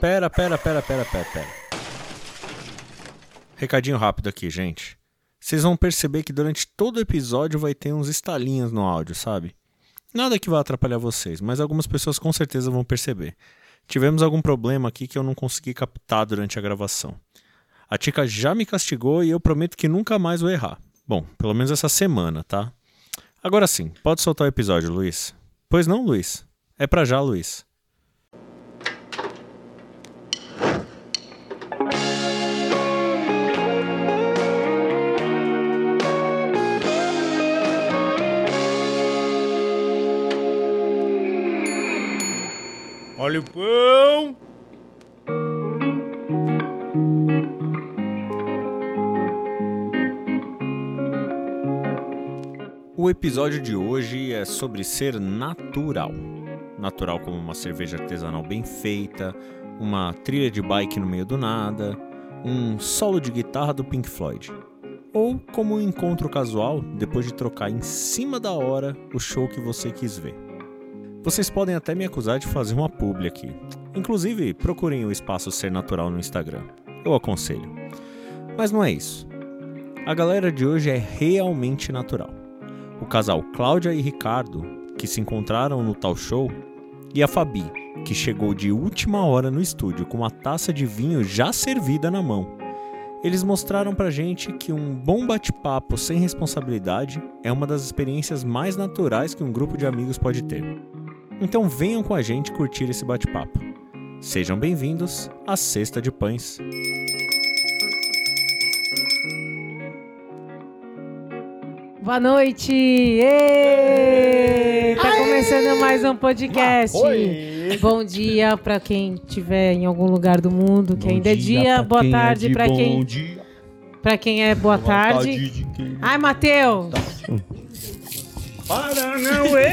Pera. Recadinho rápido aqui, gente. Vocês vão perceber que durante todo o episódio vai ter uns estalinhos no áudio, sabe? Nada que vá atrapalhar vocês, mas algumas pessoas com certeza vão perceber. Tivemos algum problema aqui que eu não consegui captar durante a gravação. A Tica já me castigou e eu prometo que nunca mais vou errar. Bom, pelo menos essa semana, tá? Agora sim, pode soltar o episódio, Luiz. Pois não, Luiz? É pra já, Luiz. Olha o pão! O episódio de hoje é sobre ser natural. Natural como uma cerveja artesanal bem feita, uma trilha de bike no meio do nada, um solo de guitarra do Pink Floyd. Ou como um encontro casual depois de trocar em cima da hora o show que você quis ver. Vocês podem até me acusar de fazer uma publi aqui. Inclusive, procurem o espaço Ser Natural no Instagram. Eu aconselho. Mas não é isso. A galera de hoje é realmente natural. O casal Cláudia e Ricardo, que se encontraram no tal show, e a Fabi, que chegou de última hora no estúdio com uma taça de vinho já servida na mão. Eles mostraram pra gente que um bom bate-papo sem responsabilidade é uma das experiências mais naturais que um grupo de amigos pode ter. Então venham com a gente curtir esse bate-papo. Sejam bem-vindos à Cesta de Pães. Boa noite! Tá começando mais um podcast. Bom dia para quem estiver em algum lugar do mundo, que ainda é dia. Boa tarde para quem... Para quem é boa tarde. Ai, Matheus! Paranauê!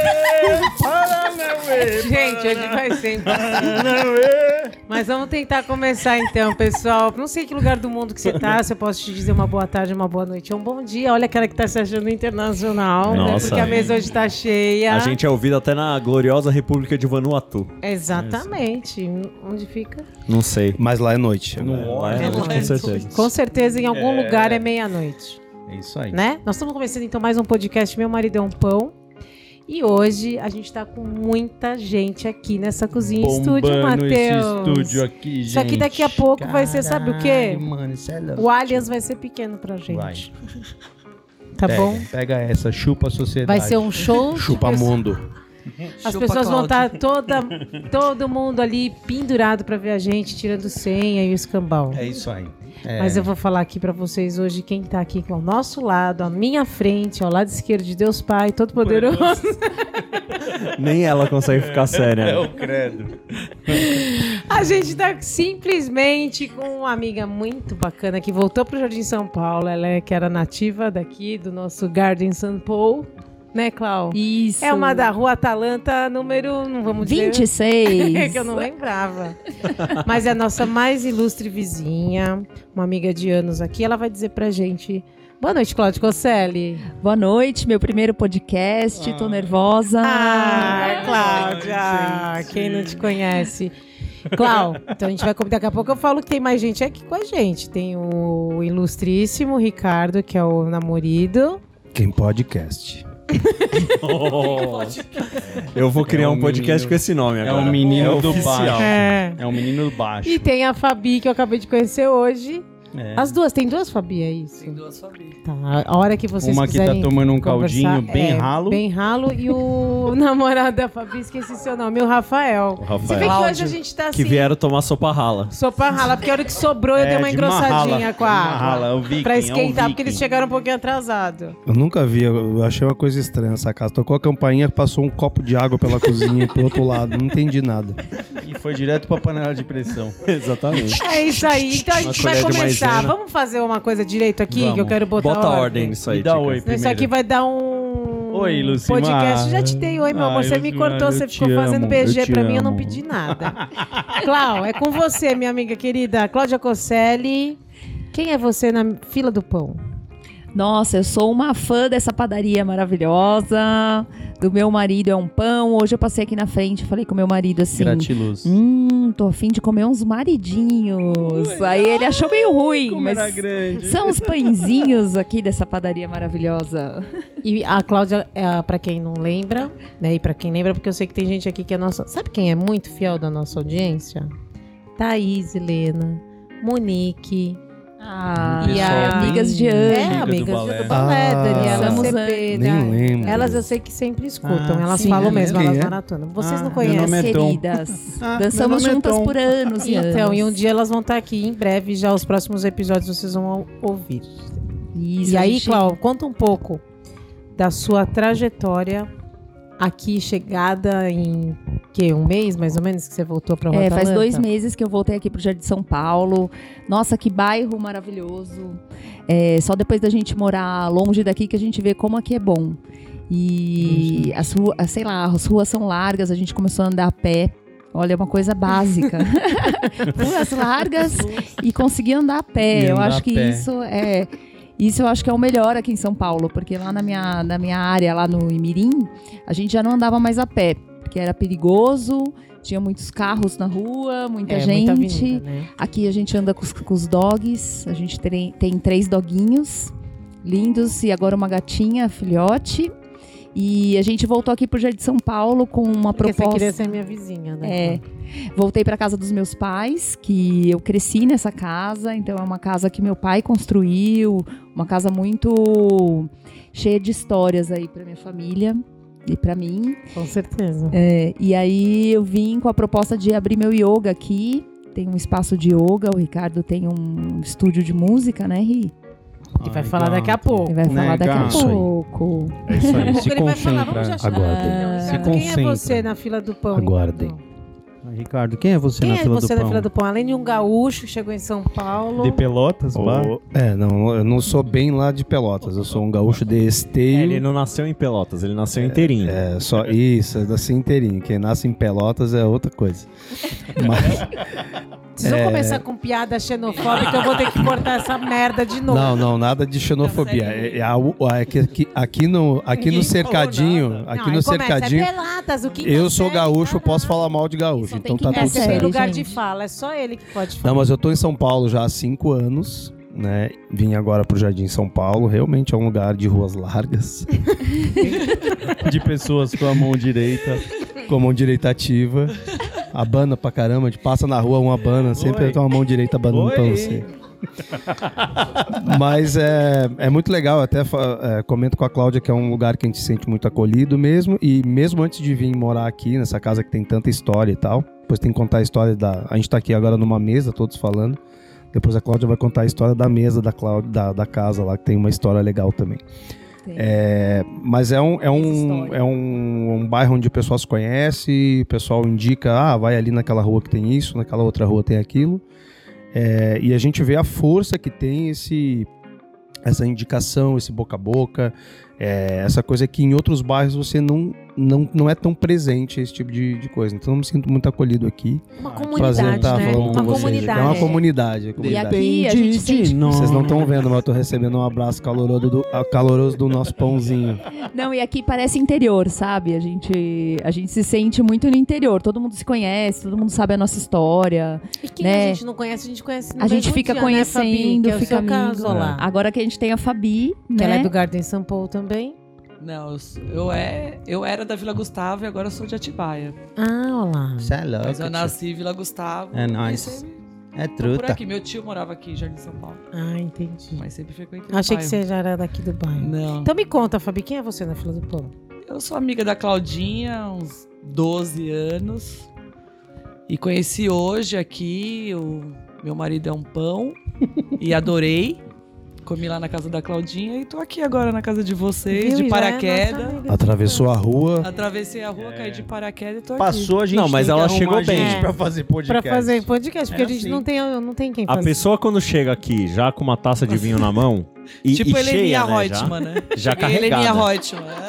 Gente, hoje vai ser Mas vamos tentar começar então, pessoal. Não sei que lugar do mundo que você tá, se eu posso te dizer uma boa tarde, uma boa noite, um bom dia. Olha aquela que tá se achando internacional, né? Porque a mesa hoje tá cheia. A gente é ouvido até na gloriosa República de Vanuatu. Exatamente. Onde fica? Não sei. Mas lá é noite. Lá é noite, com certeza. Com certeza em algum lugar é meia-noite. É isso aí. Né? Nós estamos começando então mais um podcast Meu Marido é um Pão. E hoje a gente tá com muita gente aqui nessa cozinha estúdio, Matheus. Esse estúdio aqui, gente. Isso aqui daqui a pouco vai ser, sabe o quê? Mano, isso é louco. O alias vai ser pequeno pra gente. Vai. Tá bom? Pega essa, chupa a sociedade. Vai ser um show. Chupa mundo. As pessoas vão estar todo mundo ali pendurado pra ver a gente, tirando senha e o escambau. É isso aí. Mas eu vou falar aqui pra vocês hoje quem tá aqui ao nosso lado, à minha frente, ao lado esquerdo de Deus Pai, Todo-Poderoso. Nem ela consegue ficar séria. É o credo. A gente tá simplesmente com uma amiga muito bacana que voltou pro Jardim São Paulo. Ela que era nativa daqui, do nosso Garden São Paulo. Né, Clau? Isso. É uma da Rua Atalanta, número, não vamos dizer... 26. É que eu não lembrava. Mas é a nossa mais ilustre vizinha, uma amiga de anos aqui. Ela vai dizer pra gente... Boa noite, Cláudia Cosselli. Boa noite, meu primeiro podcast. Tô nervosa. Cláudia! Quem não te conhece? Clau, então a gente vai... Daqui a pouco eu falo que tem mais gente aqui com a gente. Tem o ilustríssimo Ricardo, que é o namorado. Quem podcast? Eu vou criar um podcast com esse nome agora. É o menino do oficial. baixo. É. É o menino do baixo. E tem a Fabi, que eu acabei de conhecer hoje. É. As duas, tem duas Fabi, é isso? Tem duas Fabi. Tá, a hora que vocês Uma que quiserem tá tomando um conversar, caldinho bem ralo. Bem ralo. E o namorado da Fabi, esqueci seu nome, o Rafael. Você vê que hoje a gente tá assim... Que vieram tomar sopa rala. Sopa rala, porque a hora que sobrou eu dei uma engrossadinha com a água. Pra esquentar, porque eles chegaram um pouquinho atrasados. Eu nunca vi, eu achei uma coisa estranha essa casa. Tocou a campainha, passou um copo de água pela cozinha e pro outro lado. Não entendi nada. E foi direto pra panela de pressão. Exatamente. É isso aí. Então a gente vai começar. Vamos fazer uma coisa direito aqui, Vamos. que eu quero botar Bota a ordem nisso aí, Dá Tica. oi primeiro. Isso aqui vai dar um Oi, Lucimar. podcast. Já te dei oi, meu amor. Você me Lucimar, cortou, você eu ficou te fazendo amo, BG eu te pra mim, eu não amo. pedi nada. Clau, é com você, minha amiga querida. Cláudia Cosselli. Quem é você na fila do pão? Nossa, eu sou uma fã dessa padaria maravilhosa. Do meu marido é um pão. Hoje eu passei aqui na frente, falei com o meu marido assim... Gratiluz. Tô a fim de comer uns maridinhos. Aí ele achou meio ruim, mas são os pãezinhos aqui dessa padaria maravilhosa. E a Cláudia, pra quem não lembra, né? E pra quem lembra, porque eu sei que tem gente aqui que é nossa... Sabe quem é muito fiel da nossa audiência? Thaís, Helena, Monique... e amigas de ano. Amigas do balé, Daniela Somos CP, Nem lembro. Elas eu sei que sempre escutam, elas sim, falam né? mesmo, Quem elas é? maratonam. Vocês não meu conhecem? nome é Tom. Queridas. meu Dançamos nome é juntas Tom. por anos e Então, anos. e um dia elas vão estar aqui em breve, já os próximos episódios vocês vão ouvir. Isso, E a aí, gente- Cláudia, conta um pouco da sua trajetória aqui, chegada em um mês, mais ou menos, que você voltou para Rota faz Atlanta? 2 meses que eu voltei aqui pro Jardim de São Paulo. Nossa, que bairro maravilhoso. Só depois da gente morar longe daqui que a gente vê como aqui é bom. E as ruas são largas, a gente começou a andar a pé. Olha, é uma coisa básica. Ruas largas e conseguir andar a pé. E Eu andar acho a que pé. isso eu acho que é o melhor aqui em São Paulo, porque lá na minha área, lá no Imirim, a gente já não andava mais a pé, porque era perigoso, tinha muitos carros na rua, muita gente. Muita avenida, né? Aqui a gente anda com os dogs, a gente tem 3 doguinhos lindos e agora uma gatinha, filhote. E a gente voltou aqui pro Jardim de São Paulo com uma Porque proposta... você queria ser minha vizinha, né? Voltei para casa dos meus pais, que eu cresci nessa casa, então é uma casa que meu pai construiu, uma casa muito cheia de histórias aí para minha família e para mim. Com certeza. E aí eu vim com a proposta de abrir meu yoga aqui, tem um espaço de yoga, o Ricardo tem um estúdio de música, né, Ri? E vai falar daqui a pouco. Ele vai falar daqui a Isso aí. pouco. É isso aí, Daqui a pouco se ele vai falar, vamos já concentra. chamar Aguardem. ele. Se Quem é concentra. você na fila do pão? Aguardem. Então? Ricardo, quem é você Quem na é fila você do na pão? fila do pão? Além de um gaúcho que chegou em São Paulo. De Pelotas, bah. Não, eu não sou bem lá de Pelotas, eu sou um gaúcho de Esteio. Ele não nasceu em Pelotas, ele nasceu inteirinho. Só isso, é assim inteirinho. Quem nasce em Pelotas é outra coisa. Mas, Vocês vão começar com piada xenofóbica, eu vou ter que cortar essa merda de novo. não, nada de xenofobia. Aqui no cercadinho, aqui no cercadinho, Pelatas, o que eu sou gaúcho, eu posso falar mal de gaúcho, Só então tem tá que tudo Esse é certo. lugar gente. de fala, é só ele que pode falar. Não, mas eu tô em São Paulo já há 5 anos, né? Vim agora pro Jardim São Paulo. Realmente é um lugar de ruas largas. De pessoas com a mão direita. Com a mão direita ativa. Abana pra caramba. A gente passa na rua, uma abana. Sempre tem uma mão direita abanando pra você. Mas é muito legal. Eu até comento com a Cláudia que é um lugar que a gente se sente muito acolhido mesmo. E mesmo antes de vir morar aqui, nessa casa que tem tanta história e tal. Depois tem que contar a história A gente tá aqui agora numa mesa, todos falando. Depois a Cláudia vai contar a história da mesa da casa lá, que tem uma história legal também. Mas é um bairro onde o pessoal se conhece, o pessoal indica, vai ali naquela rua que tem isso, naquela outra rua tem aquilo. E a gente vê a força que tem essa indicação, esse boca a boca, essa coisa que em outros bairros você não é tão presente, esse tipo de coisa. Então eu me sinto muito acolhido aqui. Uma Prazer comunidade, estar né? falando Uma com vocês. comunidade. É uma comunidade. E aqui a gente sente... Vocês não estão vendo, mas eu tô recebendo um abraço caloroso do nosso pãozinho. Não, e aqui parece interior, sabe? A gente se sente muito no interior. Todo mundo se conhece, todo mundo sabe a nossa história. E quem né? a gente não conhece, a gente conhece no A gente mesmo fica dia, conhecendo, né, Fabi? Que é o fica seu amigo. caso, ó lá. Agora que a gente tem a Fabi, Que né? ela é do Garden Sample também. Não, eu era da Vila Gustavo e agora eu sou de Atibaia. Ah, ó lá. Você é louco. Mas eu nasci em Vila Gustavo. É e nóis. sempre É tô por truta. aqui. Meu tio morava aqui em Jardim São Paulo. Ah, entendi. Mas sempre frequentei o Achei que bairro. você já era daqui do bairro. Não. Então me conta, Fabi, quem é você na fila do pão? Eu sou amiga da Claudinha há uns 12 anos. E conheci hoje aqui. O meu marido é um pão. E adorei. Comi lá na casa da Claudinha e tô aqui agora na casa de vocês, Viu? de E já é paraquedas. nossa amiga. Atravessou a rua. Atravessei a rua, caí de paraquedas e tô aqui. Passou, a gente Não, mas tem que ela arrumar chegou bem. gente pra fazer podcast. Pra fazer podcast, porque É a gente assim. não tem quem A fazer. pessoa quando chega aqui já com uma taça de vinho na mão e, Tipo e Heleninha cheia, né, Reutemann, né? já Cheguei Heleninha carregada. Reutemann.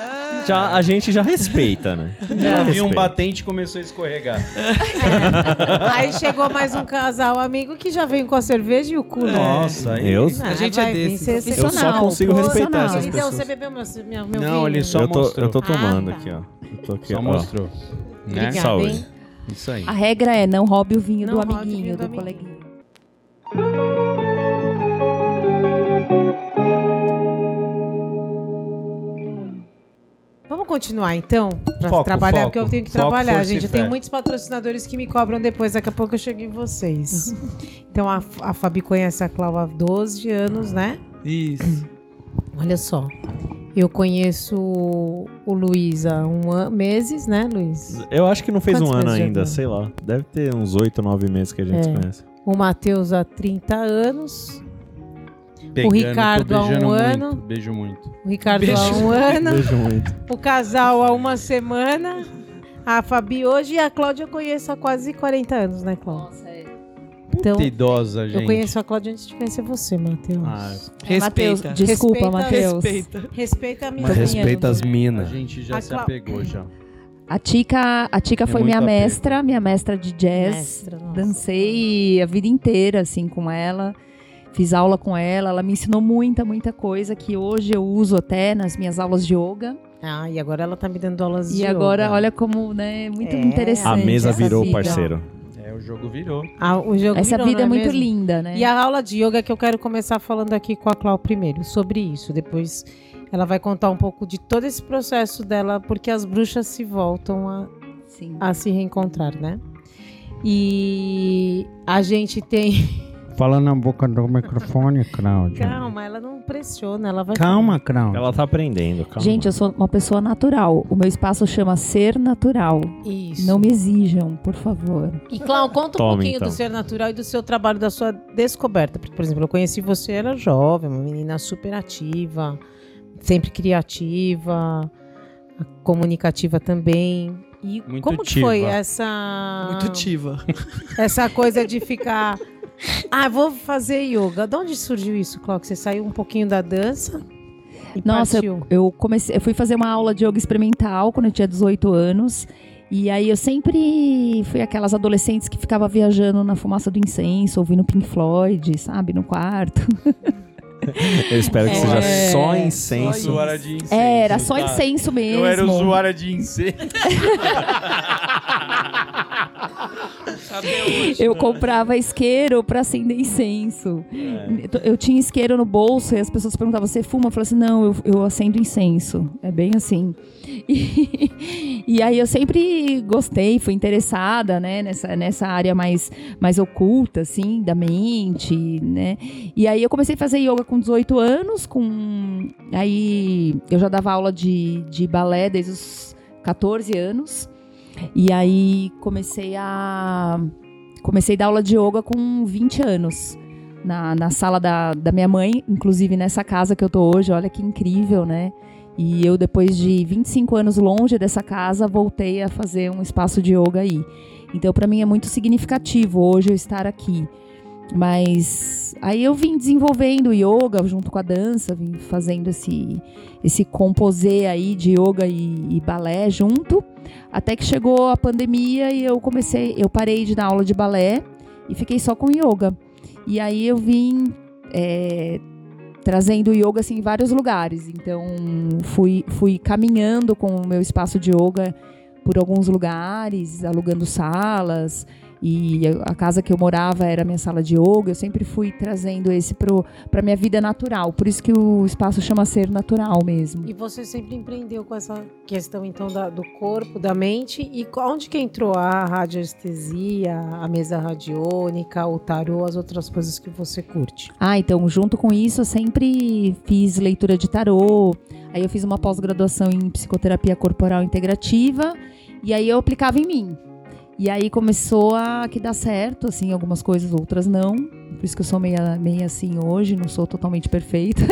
A gente já respeita, né? Já vi um batente e começou a escorregar. Aí chegou mais um casal amigo que já veio com a cerveja e o cu. Nossa, aí... A gente é desse. Eu só consigo respeitar essas Então, pessoas. você bebeu meu Não, vinho? ele só mostrou. Eu tô tomando tá. aqui, ó. Eu tô aqui, Só ó. mostrou. Né? Obrigada, Saúde. hein? Isso aí. A regra é não roube o vinho Não do roube o amiguinho, vinho do do amiguinho. coleguinha. Vamos continuar então, pra Foco, trabalhar, foco. porque eu tenho que Foco, trabalhar, força e gente. Eu tenho fé. muitos patrocinadores que me cobram depois, daqui a pouco eu chego em vocês. Então a Fabi conhece a Clau há 12 anos, né? Isso. Olha só. Eu conheço o Luiz há meses, né, Luiz? Eu acho que não fez Quantos um ano meses já ainda, deu? sei lá. Deve ter uns 8, 9 meses que a gente se conhece. O Matheus há 30 anos. Pegando, Ricardo tô beijando há um muito, ano. Beijo muito. O Ricardo há um ano. Beijo muito. O casal há uma semana. A Fabi hoje e a Cláudia eu conheço há quase 40 anos, né, Cláudia? Nossa, é. Então, Puta idosa, gente. eu conheço a Cláudia antes de conhecer você, Matheus. Ah, Mateus, Respeita. desculpa, Respeita- Matheus. Respeita. Respeita a minha Mas Respeita as a minas. gente já A se Clau- apegou já. A Tica foi muito minha mestra de jazz. Mestra, nossa. Dancei a vida inteira, assim, com ela. Fiz aula com ela. Ela me ensinou muita coisa que hoje eu uso até nas minhas aulas de yoga. Ah, e agora ela tá me dando aulas de E agora, yoga. olha como, né, muito É. interessante. A mesa essa virou vida. parceiro. O jogo virou. O jogo Essa virou, vida é não muito mesmo? linda, né? E a aula de yoga que eu quero começar falando aqui com a Clau primeiro, sobre isso. Depois ela vai contar um pouco de todo esse processo dela, porque as bruxas se voltam Sim. a se reencontrar, né? E a gente tem... Fala na boca do microfone, Cláudia. Calma, ela não pressiona, ela vai... Calma, Cláudia. Ela tá aprendendo, calma. Gente, eu sou uma pessoa natural. O meu espaço chama Ser Natural. Isso. Não me exijam, por favor. E Clau, conta um Tome, pouquinho então. do ser natural e do seu trabalho, da sua descoberta. Porque, por exemplo, eu conheci você, era jovem, uma menina super ativa, sempre criativa, comunicativa também. E Muito como que ativa. foi essa... Muito ativa. Essa coisa de ficar... Ah, vou fazer yoga. De onde surgiu isso, Clau? Que você saiu um pouquinho da dança e Nossa, partiu. eu fui fazer uma aula de yoga experimental quando eu tinha 18 anos. E aí eu sempre fui aquelas adolescentes que ficava viajando na fumaça do incenso, ouvindo Pink Floyd, sabe, no quarto. Eu espero que seja só incenso. Usuária de incenso. Era só tá? incenso mesmo. Eu era usuária de incenso. Eu comprava isqueiro pra acender incenso. Eu tinha isqueiro no bolso e as pessoas perguntavam, você fuma? Eu falava assim, não, eu acendo incenso. É bem assim. E aí eu sempre gostei, fui interessada, né, nessa área mais oculta, assim, da mente, né. E aí eu comecei a fazer yoga com 18 anos, aí eu já dava aula de balé desde os 14 anos. E aí comecei a dar aula de yoga com 20 anos. Na sala da minha mãe, inclusive nessa casa que eu tô hoje, olha que incrível, né? E eu, depois de 25 anos longe dessa casa, voltei a fazer um espaço de yoga aí. Então, para mim é muito significativo hoje eu estar aqui. Mas aí eu vim desenvolvendo yoga junto com a dança, vim fazendo esse composê aí de yoga e balé junto, até que chegou a pandemia e eu parei de dar aula de balé e fiquei só com yoga. E aí eu vim trazendo yoga assim, em vários lugares. Então fui caminhando com o meu espaço de yoga por alguns lugares, alugando salas. E a casa que eu morava era a minha sala de yoga. Eu sempre fui trazendo esse pra minha vida natural. Por isso que o espaço chama Ser Natural mesmo. E você sempre empreendeu com essa questão, então, do corpo, da mente. E onde que entrou a radioestesia, a mesa radiônica, o tarô, as outras coisas que você curte? Então, junto com isso, eu sempre fiz leitura de tarô. Aí eu fiz uma pós-graduação em psicoterapia corporal integrativa. E aí eu aplicava em mim. E aí começou a dar certo, assim, algumas coisas, outras não. Por isso que eu sou meio assim hoje, não sou totalmente perfeita.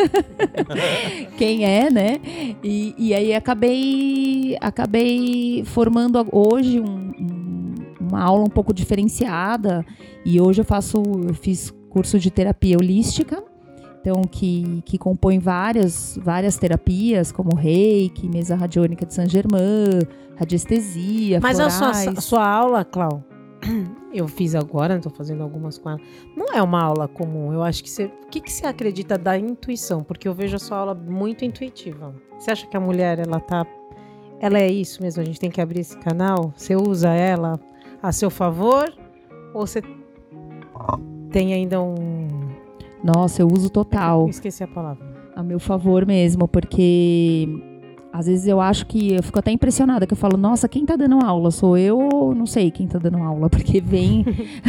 Quem é, né? E aí acabei formando hoje uma aula um pouco diferenciada. E hoje eu fiz curso de terapia holística, então que compõe várias terapias, como reiki, mesa radiônica de Saint-Germain, radiestesia, Mas florais. a sua aula, Clau, eu fiz agora, estou fazendo algumas com ela, não é uma aula comum. Eu acho que você... O que você acredita da intuição? Porque eu vejo a sua aula muito intuitiva. Você acha que a mulher, ela é isso mesmo? A gente tem que abrir esse canal? Você usa ela a seu favor? Ou você tem ainda Nossa, eu uso total. Esqueci a palavra. A meu favor mesmo, porque às vezes eu acho que eu fico até impressionada, que eu falo, nossa, quem tá dando aula? Sou eu ou não sei quem tá dando aula? Porque vem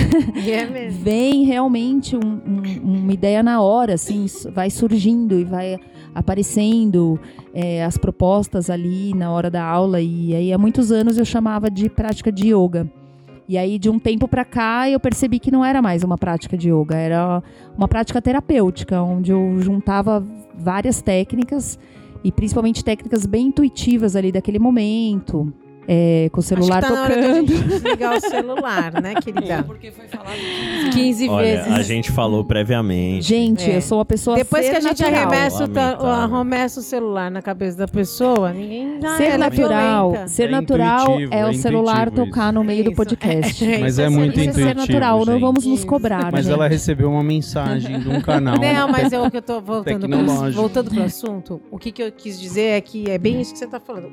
vem realmente uma ideia na hora, assim, vai surgindo e vai aparecendo as propostas ali na hora da aula. E aí há muitos anos eu chamava de prática de yoga. E aí, de um tempo pra cá, eu percebi que não era mais uma prática de yoga, era uma prática terapêutica, onde eu juntava várias técnicas, e principalmente técnicas bem intuitivas ali daquele momento, com o celular Acho que tá tocando. Na hora de a gente desligar o celular, né, querida? Porque foi falado 15 Olha, vezes. a gente falou previamente. Gente, eu sou uma pessoa Depois que a gente natural. arremessa o celular na cabeça da pessoa, ninguém dá. Ser ela natural, é violenta. ser É natural intuitivo, é o é celular intuitivo tocar no meio do Isso. podcast. Mas é isso muito Isso é ser intuitivo, natural, não gente. vamos nos Isso. cobrar, Mas gente. ela recebeu uma mensagem de um canal. Não, mas é o que eu tô Tecnológico. voltando pro assunto. O que eu quis dizer é que é bem isso que você tá falando.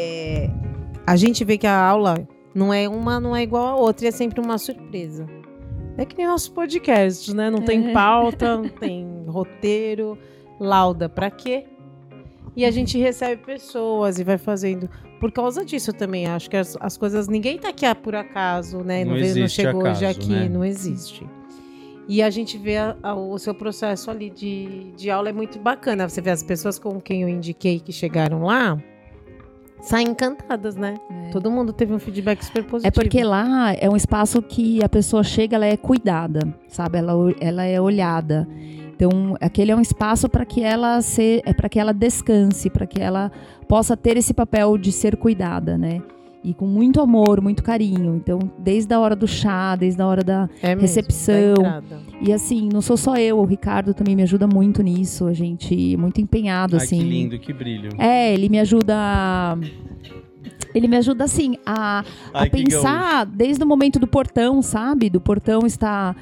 A gente vê que a aula não é igual a outra, e é sempre uma surpresa. É que nem nossos podcasts, né? Não tem pauta, não tem roteiro, lauda pra quê? E a gente recebe pessoas e vai fazendo. Por causa disso eu também acho que as coisas... Ninguém tá aqui por acaso, né? Não Não existe chegou hoje acaso, aqui, né? não existe. E a gente vê o seu processo ali de aula é muito bacana. Você vê as pessoas com quem eu indiquei que chegaram lá, saem encantadas, né? Todo mundo teve um feedback super positivo. É porque lá é um espaço que a pessoa chega, ela é cuidada, sabe? Ela é olhada. Então, aquele é um espaço para que ela descanse, para que ela possa ter esse papel de ser cuidada, né? E com muito amor, muito carinho. Então, desde a hora do chá, desde a hora da recepção. Da entrada. E assim, não sou só eu, o Ricardo também me ajuda muito nisso. A gente muito empenhado, Ai, assim. que lindo, que brilho. Ele me ajuda. Ele me ajuda, assim, a Ai, que pensar desde o momento do portão, sabe? Do portão está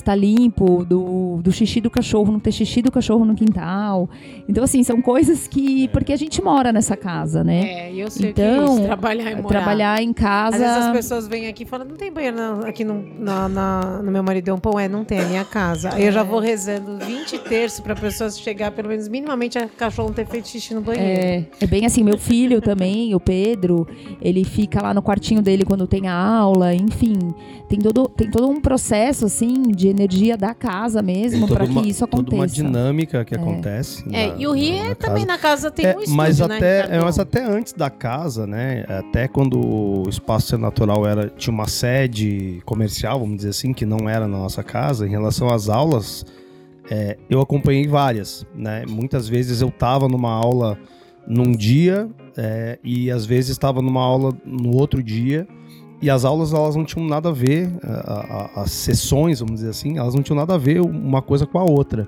limpo, do xixi do cachorro, não ter xixi do cachorro no quintal. Então, assim, são coisas que... Porque a gente mora nessa casa, né? E eu sei Então, que é isso, trabalhar e morar. Trabalhar em casa... Às vezes as pessoas vêm aqui e falam, não tem banheiro aqui no meu marido é um pão? Não tem, é minha casa. Aí eu já vou rezando 20 terços para pessoas chegar, pelo menos minimamente, a cachorro não ter feito xixi no banheiro. É bem assim, meu filho também, o Pedro, ele fica lá no quartinho dele quando tem a aula, enfim. Tem todo um processo, assim, de energia da casa mesmo, para que isso aconteça. Toda uma dinâmica que acontece. E o Rie também na casa tem um estúdio, mas né, Ricardo? mas até antes da casa, né? Até quando o Espaço Ser Natural tinha uma sede comercial, vamos dizer assim, que não era na nossa casa, em relação às aulas, eu acompanhei várias, né? Muitas vezes eu estava numa aula num dia e às vezes estava numa aula no outro dia. E as aulas, elas não tinham nada a ver, as sessões, vamos dizer assim, elas não tinham nada a ver uma coisa com a outra.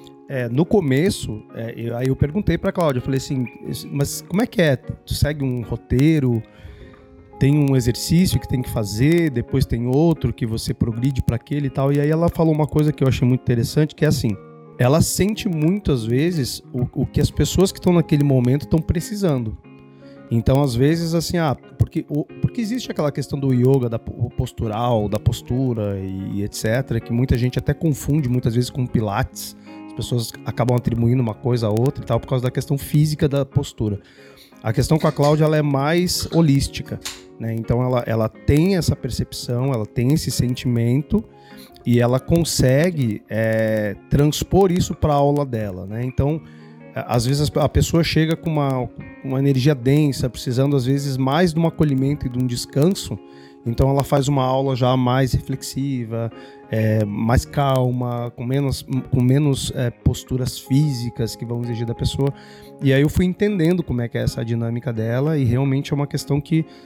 No começo, aí eu perguntei pra Cláudia, eu falei assim, mas como é que é? Tu segue um roteiro, tem um exercício que tem que fazer, depois tem outro que você progride para aquele e tal. E aí ela falou uma coisa que eu achei muito interessante, que é assim, ela sente muitas vezes o que as pessoas que estão naquele momento estão precisando. Então, às vezes, assim, porque existe aquela questão do yoga, da postural, da postura e etc., que muita gente até confunde muitas vezes com pilates. As pessoas acabam atribuindo uma coisa a outra e tal, por causa da questão física da postura. A questão com a Cláudia, ela é mais holística, né? Então, ela tem essa percepção, ela tem esse sentimento e ela consegue transpor isso para a aula dela, né? Então, às vezes a pessoa chega com uma energia densa, precisando às vezes mais de um acolhimento e de um descanso, então ela faz uma aula já mais reflexiva, mais calma, com menos posturas físicas que vão exigir da pessoa. E aí eu fui entendendo como é que é essa dinâmica dela, e realmente é uma questão que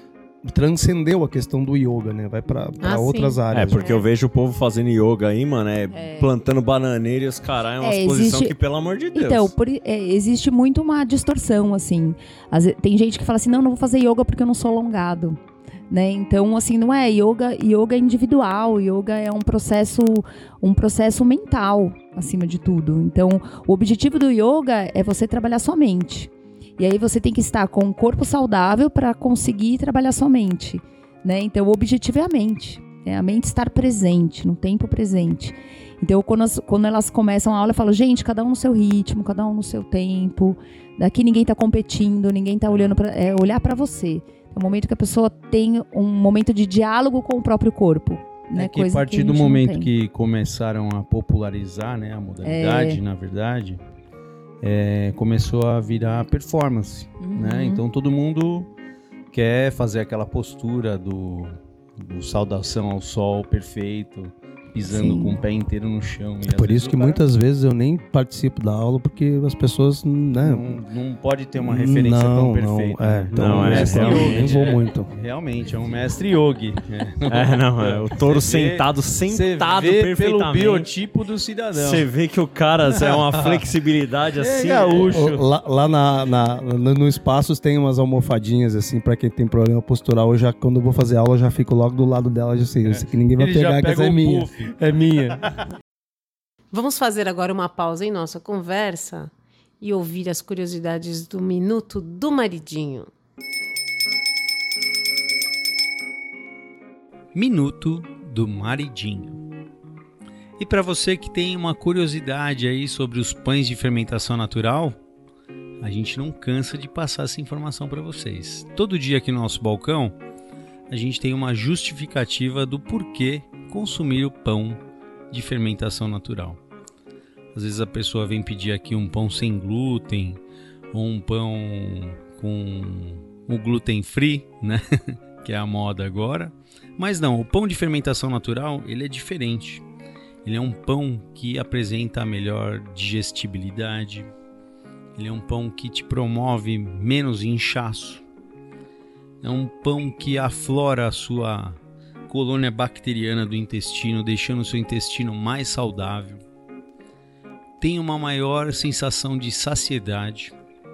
transcendeu a questão do yoga, né? Vai pra outras áreas. Porque eu vejo o povo fazendo yoga aí, mano, plantando bananeira e os caralho, é uma exposição que, pelo amor de Deus. Então, existe muito uma distorção, assim. Tem gente que fala assim, não vou fazer yoga porque eu não sou alongado. Né? Então, assim, não é yoga é individual, yoga é um processo mental, acima de tudo. Então, o objetivo do yoga é você trabalhar sua mente. E aí você tem que estar com o corpo saudável para conseguir trabalhar sua mente, né? Então, o objetivo é a mente estar presente, no tempo presente. Então, quando elas começam a aula, eu falo, gente, cada um no seu ritmo, cada um no seu tempo. Daqui ninguém está competindo, ninguém está olhando para... É olhar para você. É o momento que a pessoa tem um momento de diálogo com o próprio corpo. Né? Que a partir do momento que começaram a popularizar, né, a modalidade, na verdade, começou a virar performance. Né? Então todo mundo quer fazer aquela postura do saudação ao sol perfeito, pisando com o pé inteiro no chão. É por isso que muitas vezes eu nem participo da aula, porque as pessoas... Né, não pode ter uma referência tão perfeita. Nem vou muito. Realmente, é um mestre yogi. O touro sentado perfeitamente. Pelo biotipo do cidadão. Você vê que o cara é uma flexibilidade assim. Gaúcho. Lá no Espaços tem umas almofadinhas assim, pra quem tem problema postural. Quando eu vou fazer aula, eu já fico logo do lado dela. Eu sei que ninguém vai pegar, que essa é minha. É minha. Vamos fazer agora uma pausa em nossa conversa e ouvir as curiosidades do Minuto do Maridinho. Minuto do Maridinho. E para você que tem uma curiosidade aí sobre os pães de fermentação natural, a gente não cansa de passar essa informação para vocês. Todo dia aqui no nosso balcão, a gente tem uma justificativa do porquê consumir o pão de fermentação natural. Às vezes a pessoa vem pedir aqui um pão sem glúten ou um pão com o gluten free, né? Que é a moda agora. Mas não, o pão de fermentação natural, ele é diferente. Ele é um pão que apresenta a melhor digestibilidade. Ele é um pão que te promove menos inchaço. É um pão que aflora a sua colônia bacteriana do intestino, deixando o seu intestino mais saudável. Tem uma maior sensação de saciedade.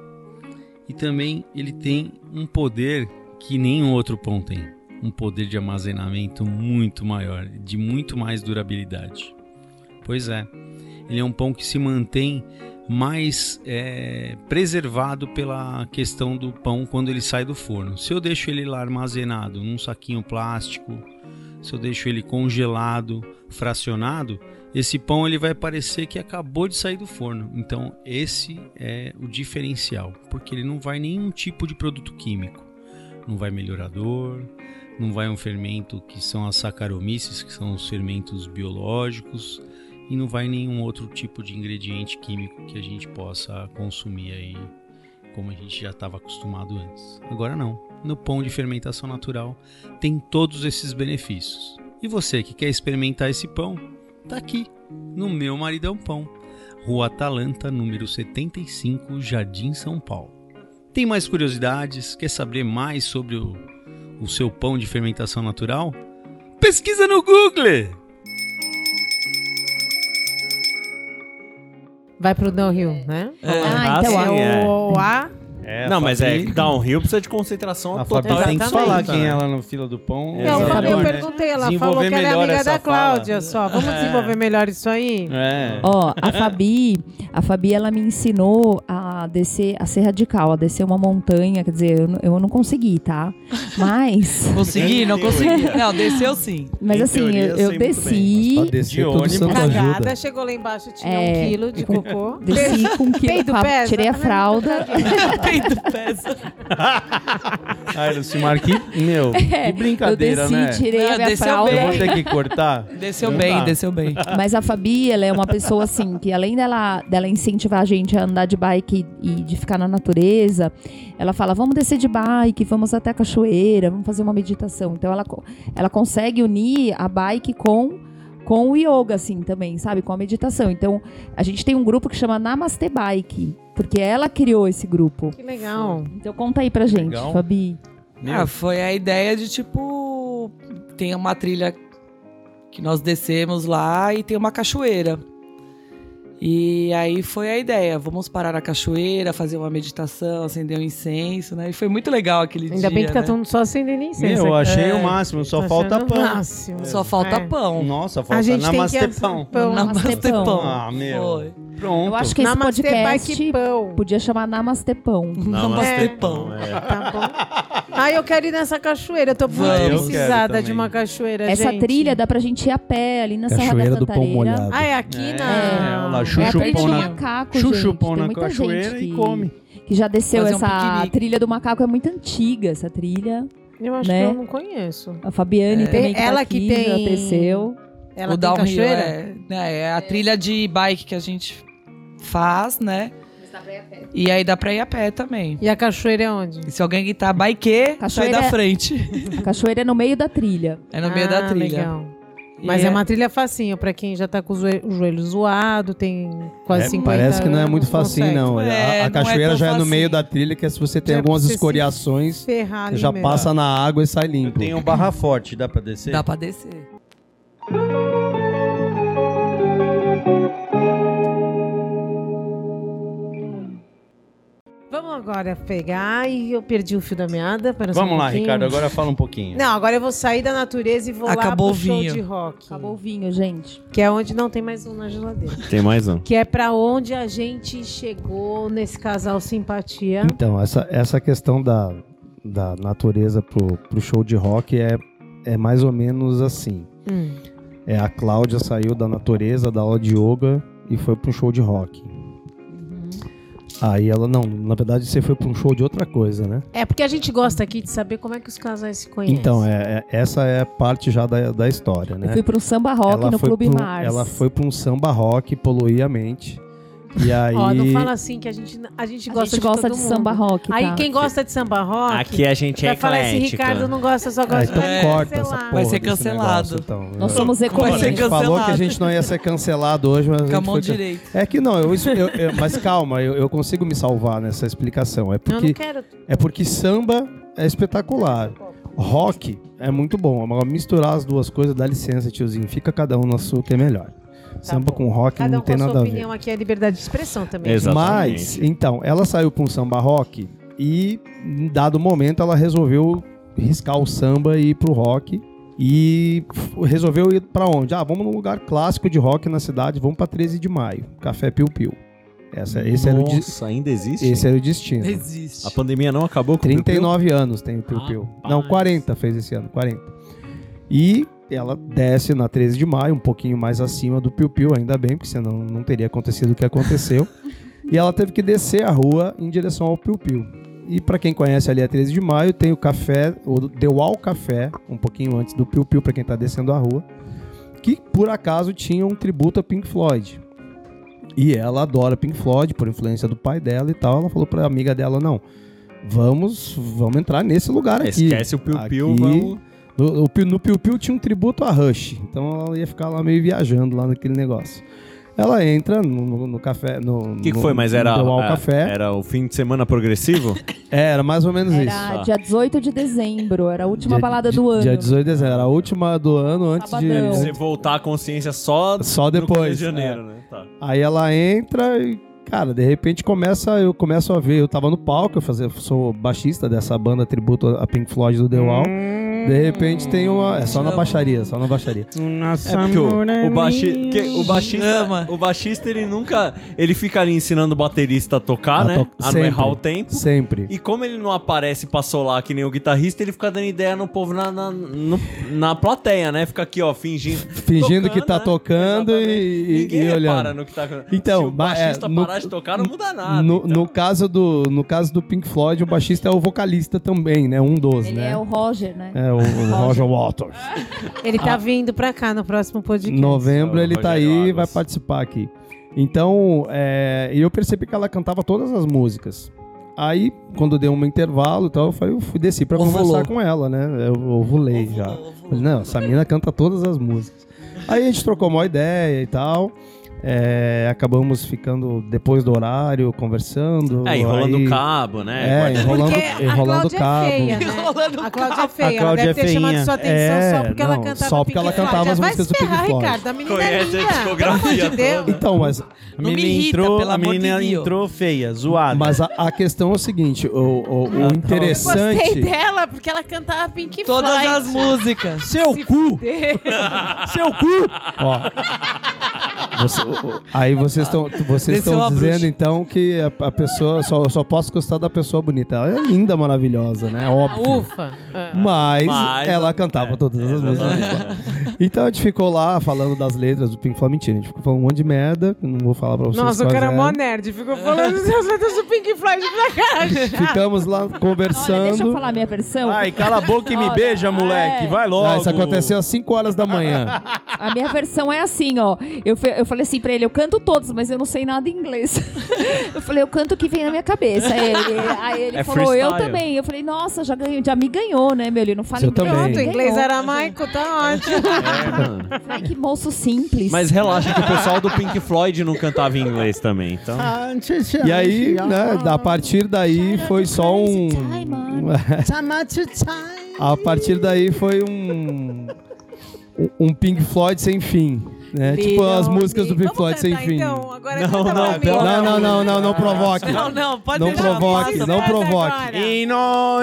E também ele tem um poder que nenhum outro pão tem. Um poder de armazenamento muito maior, de muito mais durabilidade. Pois é, ele é um pão que se mantém mais preservado pela questão do pão quando ele sai do forno. Se eu deixo ele lá armazenado num saquinho plástico, se eu deixo ele congelado, fracionado, esse pão ele vai parecer que acabou de sair do forno. Então esse é o diferencial, porque ele não vai nenhum tipo de produto químico. Não vai melhorador, não vai um fermento que são as saccharomyces, que são os fermentos biológicos, e não vai nenhum outro tipo de ingrediente químico que a gente possa consumir aí, como a gente já estava acostumado antes. Agora não. No pão de fermentação natural tem todos esses benefícios. E você que quer experimentar esse pão, tá aqui, no Meu Maridão Pão, Rua Atalanta, número 75, Jardim São Paulo. Tem mais curiosidades? Quer saber mais sobre o seu pão de fermentação natural? Pesquisa no Google! Vai pro downhill, né? Então o A... Não, mas downhill precisa de concentração a total. Fabi tem que falar Exatamente. quem é lá na fila do pão. Não, eu perguntei, ela falou que ela é amiga da Cláudia só. Vamos desenvolver melhor isso aí? Ó, a Fabi, ela me ensinou a descer, a ser radical, a descer uma montanha. Quer dizer, eu não consegui, tá? Mas... Consegui? Não consegui. Não, desceu sim. Mas Em assim, teoria, eu muito desci... Pra descer todo santo Cagada, ajuda. chegou lá embaixo, tinha 1 quilo de cocô. Desci com 1 quilo, Peido pesa? tirei a fralda. Peito pesa. Ai, Lucimar, que brincadeira, eu desci, né? tirei a minha Desceu fralda. Eu vou ter que cortar? Desceu Não bem, dá. desceu bem. Mas a Fabi, ela é uma pessoa assim, que além dela incentivar a gente a andar de bike e de ficar na natureza, ela fala, vamos descer de bike, vamos até a cachoeira, vamos fazer uma meditação. Então ela consegue unir a bike com o yoga, assim, também, sabe? Com a meditação. Então, a gente tem um grupo que chama Namaste Bike, porque ela criou esse grupo. Que legal. Então, conta aí pra gente, Legal. Fabi. Foi a ideia de, tipo, tem uma trilha que nós descemos lá e tem uma cachoeira. E aí foi a ideia, vamos parar na cachoeira, fazer uma meditação, acender um incenso, né? E foi muito legal aquele dia, Ainda bem que tá né? todo mundo só acendendo incenso. Eu achei o máximo, só Tá falta achando pão. o máximo. Só falta É. pão. Nossa, A falta gente tem que namastê assar pão. pão. Namastê pão. Ah, meu. Foi. Pronto. Eu acho que esse Namastê, podcast bike, pão. podia chamar Namastê Pão. Namastê É. pão. Tá bom? Ah, eu quero ir nessa cachoeira. Eu tô muito Vamos. Eu precisada quero de uma cachoeira, Essa gente. trilha dá pra gente ir a pé ali na Serra Cachoeira da do Pão Cantareira. Molhado. Ah, é aqui É, na... lá, É chuchu a trilha pão do na- macaco, Chuchu gente. pão Tem na muita cachoeira gente e come. que já desceu Fazer um essa piquenique. trilha do macaco, é muito antiga essa trilha. Eu acho né? que eu não conheço. A Fabiane também que Ela tá aqui, que tem- já desceu. Ela O tem downhill cachoeira? é a trilha de bike que a gente faz, né? E aí dá pra ir a pé também. E a cachoeira é onde? E se alguém gritar bike, sai Cachoeira da é- frente. A cachoeira é no meio da trilha. É no meio da trilha. Legal. E Mas é uma trilha facinho, pra quem já tá com o joelho zoado, tem quase 50 Parece que não é muito anos, facinho, consegue. não. É, A não cachoeira é tão já é no facinho. meio da trilha, que é se você tem Já algumas você se escoriações, Ferrar ali já mesmo. passa na água e sai limpo. Tem um Barra Forte, dá pra descer? Dá pra descer. Vamos agora pegar e eu perdi o fio da meada. Para Vamos lá, Ricardo, agora fala um pouquinho. Não, agora eu vou sair da natureza e vou Acabou lá o pro show vinho. de rock. Acabou o vinho, gente. Que é onde não tem mais um na geladeira. Tem mais um. Que é pra onde a gente chegou nesse casal simpatia. Então, essa questão da natureza pro show de rock é mais ou menos assim. A Cláudia saiu da natureza, da aula de yoga e foi para um show de rock. Aí ela, não, na verdade você foi para um show de outra coisa, né? É porque a gente gosta aqui de saber como é que os casais se conhecem. Então, essa é parte já da história, né? Eu fui para um samba rock no foi Clube pra Mars. Ela foi para um samba rock, poluir a mente. E aí... Ó, não fala assim que a gente gosta A gente de gosta todo de mundo. samba rock, tá? Aí quem gosta de samba rock... Aqui a gente é vai falar, esse eclética. Ricardo não gosta, só gosta então de corta essa cancelar. porra Vai ser desse cancelado. negócio, então. Nós somos Vai A ser econômicos. gente falou cancelado. que a gente não ia ser cancelado hoje, mas a Com a gente mão foi... direita. É que não, mas calma, eu consigo me salvar nessa explicação. Eu não quero... É porque samba é espetacular. Rock é muito bom. Mas misturar as duas coisas, dá licença, tiozinho. Fica cada um na sua que é melhor. Samba bom. com rock Cada não um tem com a nada sua a ver. opinião aqui, é liberdade de expressão também. Exato. Mas, Exatamente. então, ela saiu com samba rock e, em dado momento, ela resolveu riscar o samba e ir pro rock. E resolveu ir pra onde? Ah, vamos num lugar clássico de rock na cidade, vamos pra 13 de maio. Café Piu Piu. Esse era Ainda existe? esse era o destino. Existe. A pandemia não acabou com o Piu Piu? 39 anos tem o Piu Piu. Não, 40 fez esse ano, 40. E ela desce na 13 de maio, um pouquinho mais acima do Piu Piu, ainda bem, porque senão não teria acontecido o que aconteceu. E ela teve que descer a rua em direção ao Piu Piu. E pra quem conhece ali a 13 de maio, tem o café, o The Wall Café, um pouquinho antes do Piu Piu, pra quem tá descendo a rua, que por acaso tinha um tributo a Pink Floyd. E ela adora Pink Floyd, por influência do pai dela e tal. Ela falou pra amiga dela, não, vamos entrar nesse lugar aqui. Esquece o Piu Piu, Aqui, vamos... No Piu Piu tinha um tributo a Rush, então ela ia ficar lá meio viajando lá naquele negócio. Ela entra no café, O que foi? Mas era, no The Wall Café. era o fim de semana progressivo? Era mais ou menos isso. Era dia 18 de dezembro, era a última balada do ano. Dia 18 de dezembro, era a última do ano antes Sabadão. Você voltar à consciência só Só no depois, começo de janeiro, né? Tá. Aí ela entra e, cara, de repente eu começo a ver, eu tava no palco, eu sou baixista dessa banda tributo a Pink Floyd do The Wall. De repente tem uma... É só na baixaria, só na baixaria. É porque o baixista, ele nunca... Ele fica ali ensinando o baterista a tocar, né? A não sempre, errar o tempo. Sempre. E como ele não aparece pra solar que nem o guitarrista, ele fica dando ideia no povo na plateia, né? Fica aqui, ó, fingindo Que tá né? tocando Exatamente. e Ninguém olhando. repara no que tá... Então, se o baixista parar de tocar, não muda nada. No, então. no caso do Pink Floyd, o baixista é o vocalista também, né? Um dos, Ele né? é o Roger, né? É, o Roger Waters. Ele tá vindo pra cá no próximo podcast. Novembro ele tá Rogério aí e Águas. vai participar aqui. Então, eu percebi que ela cantava todas as músicas. Aí, quando deu um intervalo e tal, eu desci pra Ovulou. conversar com ela, né? Eu ovulei já. Falei, não, essa menina canta todas as músicas. Aí a gente trocou uma ideia e tal. Acabamos ficando depois do horário, conversando. Enrolando aí... o cabo, né? Enrolando o cabo. É feia, né? A Cláudia é feia. Ela Cláudia deve ter chamado sua atenção só porque ela cantava só porque ela cantava as músicas do Pink Floyd. Ricardo, a menina Conhece é a linda. discografia Pelo amor de Deus. toda. Então, mas... A Não me menina irrita, entrou, pelo a amor de menina Deus. entrou feia, zoada. Mas a questão é o seguinte, o Eu interessante... gostei dela porque ela cantava Pink Floyd. Todas as músicas. Seu cu! Seu cu! Ó, aí vocês estão Desceu a dizendo bruxa. então que a pessoa só posso gostar da pessoa bonita. Ela é linda, maravilhosa, né? Óbvio. Ufa. Mas ela é. cantava todas as músicas. Então a gente ficou lá falando das letras do Pink Floyd. Mentira, a gente ficou falando um monte de merda. Não vou falar pra vocês. Nossa, o quais cara é eram. mó nerd. Ficou falando as letras do Pink Floyd pra cá. Ficamos lá Olha, deixa eu conversando. falar a minha versão. Ai, cala a boca e me Olha, beija, moleque. Vai logo. Ah, isso aconteceu às 5 horas da manhã. A minha versão é assim, ó. Eu falei assim pra ele, eu canto todos, mas eu não sei nada em inglês. Eu falei, eu canto o que vem na minha cabeça. Aí ele É falou, eu freestyle. também. Eu falei, nossa, já me ganhou, né, meu? Ele não fala Eu inglês. também. Pronto, o inglês aramaico tá ótimo. Mano. Ai, que moço simples. Mas relaxa que o pessoal do Pink Floyd não cantava em inglês também, então... E aí, né, a partir daí foi só um... Ai, mano. A partir daí foi um Pink Floyd sem fim, né? Tipo as músicas do Pink Floyd sem fim. Então, agora Não, canta não, pra mim. Não provoque. Não, pode Não deixar. provoque, passa, não passa. provoque. agora. Ino,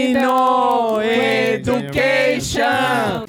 education.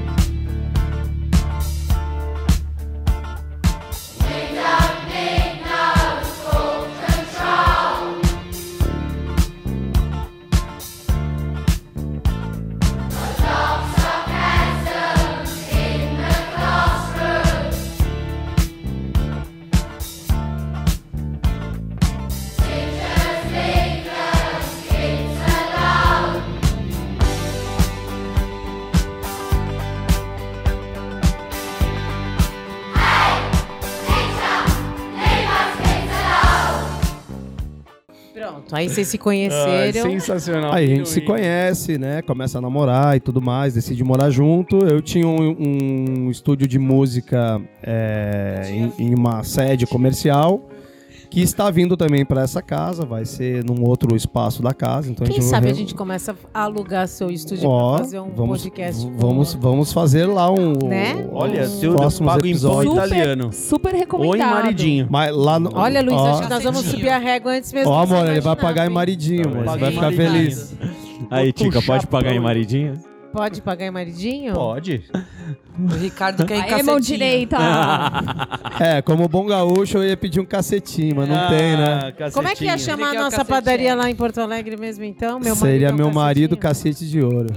Pronto, aí vocês se conheceram. Sensacional. Aí a gente se conhece, né? Começa a namorar e tudo mais, decide morar junto. Eu tinha um estúdio de música em uma sede comercial que está vindo também para essa casa, vai ser num outro espaço da casa. Então Quem a gente sabe vai- a gente começa a alugar seu estúdio Ó, pra fazer um podcast. vamos fazer lá Né? Olha, os eu próximos pago em pão episódios. italiano. Super Ou em recomendado. maridinho. Mas lá no, Olha, Luiz, ó, acho que nós vamos subir a régua antes mesmo. ó, de você amor, ele vai imaginar, pagar em hein? maridinho, amor. Você Paga vai em ficar maridinho. feliz. Aí, Tica, puxar pode pagar pão. em maridinho? Pode pagar em maridinho? Pode. O Ricardo quer Aí, mão encacetinho. direita. Como bom gaúcho, eu ia pedir um cacetinho, mas não tem, né? Como é que ia chamar a Tem que nossa é o padaria cacetinho. lá em Porto Alegre mesmo, então? Seria é um meu marido cacetinho? cacete de ouro.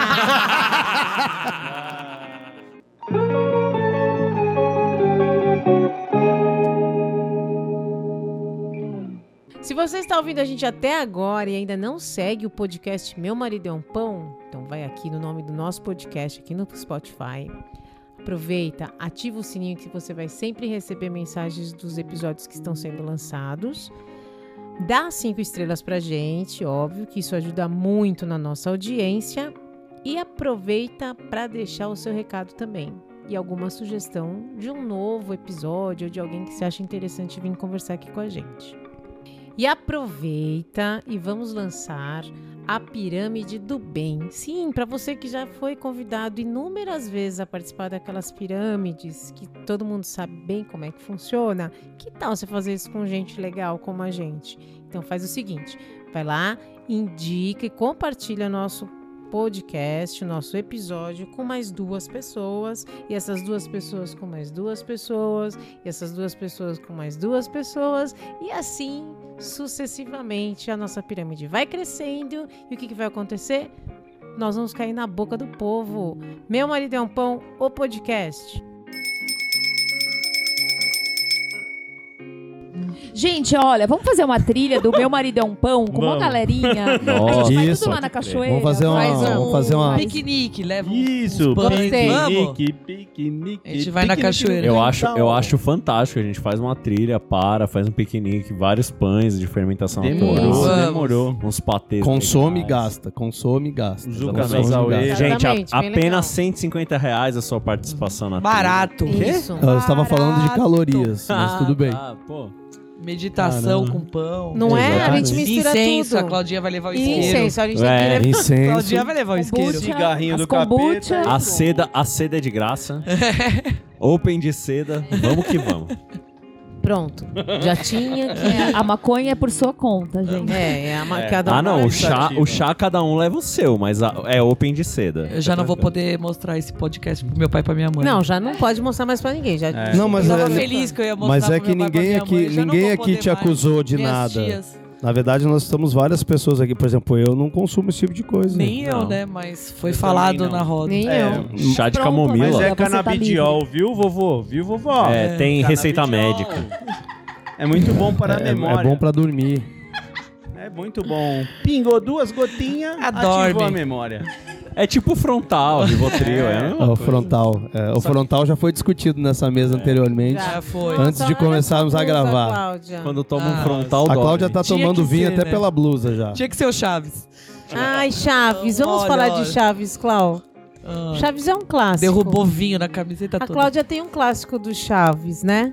Se você está ouvindo a gente até agora e ainda não segue o podcast Meu Marido é um Pão, então vai aqui no nome do nosso podcast, aqui no Spotify. Aproveita, ativa o sininho que você vai sempre receber mensagens dos episódios que estão sendo lançados. Dá 5 estrelas pra gente, óbvio que isso ajuda muito na nossa audiência. E aproveita para deixar o seu recado também. E alguma sugestão de um novo episódio ou de alguém que você acha interessante vir conversar aqui com a gente. E aproveita e vamos lançar a Pirâmide do Bem. Sim, para você que já foi convidado inúmeras vezes a participar daquelas pirâmides, que todo mundo sabe bem como é que funciona, que tal você fazer isso com gente legal como a gente? Então faz o seguinte, vai lá, indica e compartilha nosso podcast, o nosso episódio com mais 2 pessoas, e essas 2 pessoas com mais 2 pessoas, e essas 2 pessoas com mais 2 pessoas, e assim sucessivamente a nossa pirâmide vai crescendo. E o que vai acontecer? Nós vamos cair na boca do povo. Meu Marido é um Pão, o podcast. Gente, olha, vamos fazer uma trilha do Meu Marido é um Pão com uma Vamos. galerinha. A Nossa, gente vai isso. tudo lá na cachoeira. Vamos fazer uma... Piquenique, leva Isso, uns pães. Gostei. Vamos. piquenique. A gente vai na cachoeira. Eu acho fantástico. A gente faz uma trilha, faz um piquenique, vários pães de fermentação Demorou, natural, demorou. uns patês. Consome e legais. gasta, consome e gasta. Zuca Exatamente. Zauê. Gente, Exatamente, bem legal. apenas R$150 a sua participação na Barato. Isso. Eu estava falando de Barato. calorias, trilha. mas tudo bem. Pô. Meditação Caramba. com pão. Não é? A gente Exatamente. mistura Incenso, tudo. a Claudinha vai levar o isqueiro. Incenso, a gente tem que É. levar. Incenso. Claudinha vai levar o isqueiro. Kombucha, Cigarrinho as do kombucha. capeta. A seda é de graça. Open de seda. Vamos que vamos. Pronto. Já tinha que... A maconha é por sua conta, gente. É a marcada. Ah, não. Sativa. O chá cada um leva o seu, mas é open de seda. Eu já não vou poder mostrar esse podcast pro meu pai e pra minha mãe. Não, já não pode mostrar mais pra ninguém. Já Não, mas Eu tava é- feliz que eu ia mostrar Mas é pro que meu pai e pra ninguém minha mãe. aqui, Já não ninguém vou aqui poder te mais. acusou de Minhas nada. tias. Na verdade, nós estamos várias pessoas aqui. Por exemplo, eu não consumo esse tipo de coisa. Nem eu, Não. né? Mas foi Eu falado também não. na roda. Nem É, eu. Chá de Pronto, camomila. Mas é Você tá canabidiol, viu, vovô? Viu, vovó? Tem receita Canabidiol. médica. É muito bom para a memória. É bom pra dormir. É muito bom. Pingou 2 gotinhas, Adorme. ativou a memória. É tipo frontal, Rivotril. O frontal. O frontal já foi discutido nessa mesa anteriormente. Já foi. Antes de começarmos a gravar. Cláudia. Quando toma um Ah, frontal, A dorme. Cláudia tá Tinha tomando que vinho ser, até né? pela blusa já. Tinha que ser o Chaves. Ai, Chaves. Vamos Olha, falar olha. de Chaves, Clau. Ah, Chaves é um clássico. derrubou vinho na camiseta A toda. Cláudia tem um clássico do Chaves, né?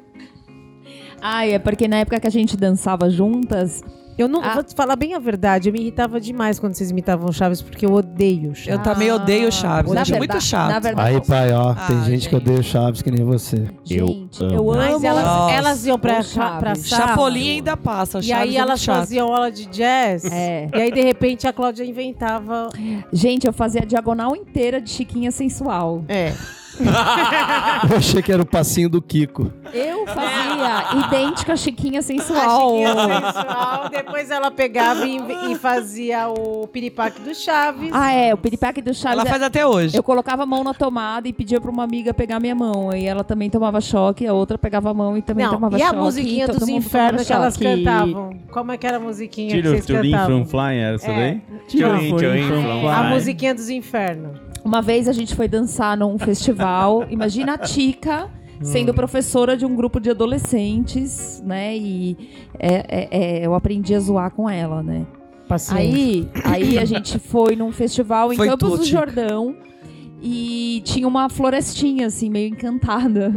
Ai, é porque na época que a gente dançava juntas, Eu não Ah. vou te falar bem a verdade, eu me irritava demais quando vocês imitavam Chaves, porque eu odeio Chaves. Eu também odeio Chaves. na Acho verdade, muito chato. na verdade, Aí, pai, ó, tem Ah, gente que gente. odeia Chaves que nem você. gente, Eu eu amo. Mas Nossa. elas iam pra Ô, Chaves. sala. Chapolin ainda passa. E Chaves aí é muito elas chato. faziam aula de jazz. É. E aí, de repente, a Cláudia inventava. Gente, eu fazia a diagonal inteira de Chiquinha Sensual. É. Eu achei que era o passinho do Kiko. Eu fazia idêntica a Chiquinha A Sensual. Chiquinha sensual. Depois ela pegava e fazia o piripaque do Chaves. Ah, é, o piripaque do Chaves. Ela faz até hoje. Eu colocava a mão na tomada e pedia pra uma amiga pegar minha mão. Aí ela também tomava choque, a outra pegava a mão e também Não, tomava e a choque. musiquinha todo dos mundo infernos que tomava elas choque. cantavam? Como é que era a musiquinha que Tira o vocês Turim cantavam? from Flying, era essa É. daí? Tchuim, tchuim, from A Fly. musiquinha dos infernos. Uma vez a gente foi dançar num festival. Imagina a Tica sendo professora de um grupo de adolescentes, né? E eu aprendi a zoar com ela, né? Paciência. Aí a gente foi num festival em Foi Campos tu, do Tica. Jordão. E tinha uma florestinha, assim, meio encantada.